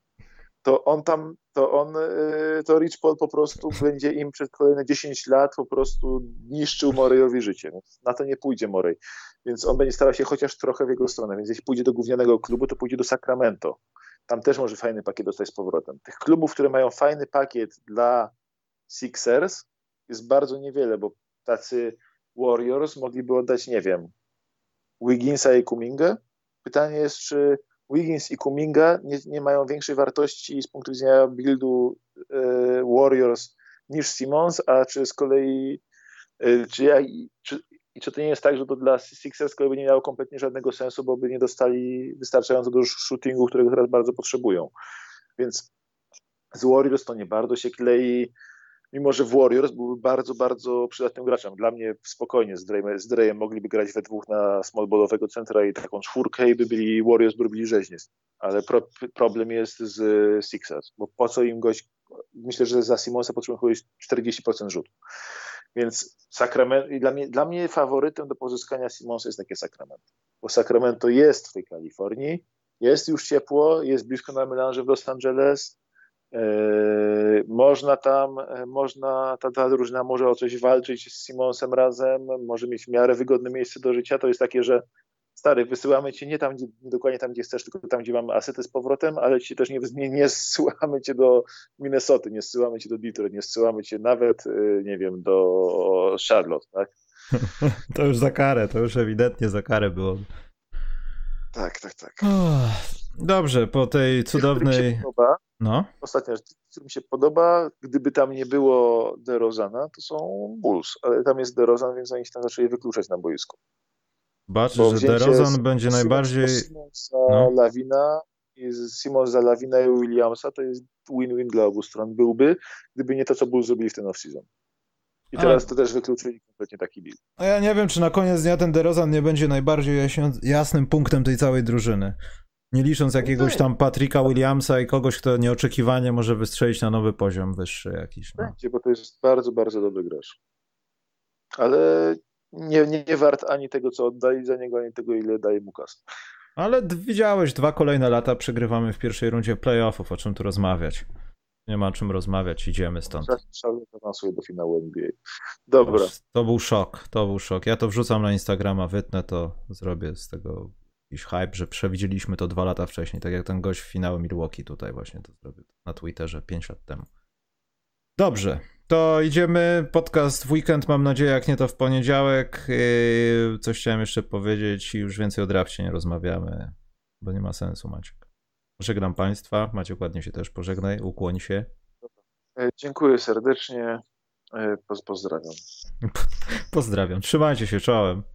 to Rich Paul po prostu będzie im przez kolejne 10 lat po prostu niszczył Morreyowi życie. Więc na to nie pójdzie Morey. Więc on będzie starał się chociaż trochę w jego stronę. Więc jeśli pójdzie do gównianego klubu, to pójdzie do Sacramento. Tam też może fajny pakiet dostać z powrotem. Tych klubów, które mają fajny pakiet dla Sixers jest bardzo niewiele, bo tacy Warriors mogliby oddać, nie wiem, Wigginsa i Kumingę. Pytanie jest, czy Wiggins i Kuminga nie mają większej wartości z punktu widzenia buildu Warriors niż Simmons, a czy z kolei czy to nie jest tak, że to dla Sixers z kolei by nie miało kompletnie żadnego sensu, bo by nie dostali wystarczająco dużo shootingu, którego teraz bardzo potrzebują. Więc z Warriors to nie bardzo się klei, mimo że w Warriors byłby bardzo, bardzo przydatnym graczem. Dla mnie spokojnie z Drejem mogliby grać we dwóch na smallballowego centra i taką czwórkę i Warriors by robili rzeźnie. Ale problem jest z Sixers, bo po co im gość myślę, że za Simonsa potrzebuje 40% rzutu. Więc Sacramento, i dla mnie faworytem do pozyskania Simonsa jest takie Sacramento. Bo Sacramento jest w tej Kalifornii, jest już ciepło, jest blisko na melanży w Los Angeles, ta drużyna może o coś walczyć z Simonsem razem, może mieć w miarę wygodne miejsce do życia. To jest takie, że stary, wysyłamy cię nie tam, nie dokładnie tam, gdzie chcesz, tylko tam, gdzie mamy asety z powrotem, ale ci też nie zsyłamy cię do Minnesoty, nie zsyłamy cię do Detroit, nie zsyłamy cię nawet, nie wiem, do Charlotte, tak? To już za karę, to już ewidentnie za karę było. Tak. Dobrze, po tej cudownej... Ostatnia rzecz, która mi się podoba, gdyby tam nie było DeRozana, to są Bulls, ale tam jest DeRozan, więc oni się tam zaczęli wykluczać na boisku. Zobaczę, że DeRozan będzie najbardziej... Simons za Lavina i Williamsa to jest win-win dla obu stron byłby, gdyby nie to, co Bulls zrobili w ten off-season. I teraz to też wykluczyli kompletnie taki deal. A ja nie wiem, czy na koniec dnia ten DeRozan nie będzie najbardziej jasnym punktem tej całej drużyny. Nie licząc jakiegoś tam Patricka Williamsa i kogoś, kto nieoczekiwanie może wystrzelić na nowy poziom wyższy jakiś. No. Będzie, bo to jest bardzo, bardzo dobry gracz. Ale nie wart ani tego, co oddali za niego, ani tego, ile daje mu kasę. Ale widziałeś, 2 kolejne lata przegrywamy w pierwszej rundzie playoffów, o czym tu rozmawiać. Nie ma o czym rozmawiać, idziemy stąd. Charlotte awansuje do finału NBA. Dobra. To był szok. Ja to wrzucam na Instagrama, wytnę to, zrobię z tego jakiś hype, że przewidzieliśmy to 2 lata wcześniej, tak jak ten gość w finału Milwaukee tutaj właśnie to zrobił na Twitterze 5 lat temu. Dobrze, to idziemy, podcast w weekend, mam nadzieję, jak nie to w poniedziałek. Coś chciałem jeszcze powiedzieć i już więcej o drafcie nie rozmawiamy, bo nie ma sensu, Maciek. Żegnam Państwa, Maciek ładnie się też pożegnaj, ukłoń się. Dziękuję serdecznie, pozdrawiam. Pozdrawiam, trzymajcie się, czołem.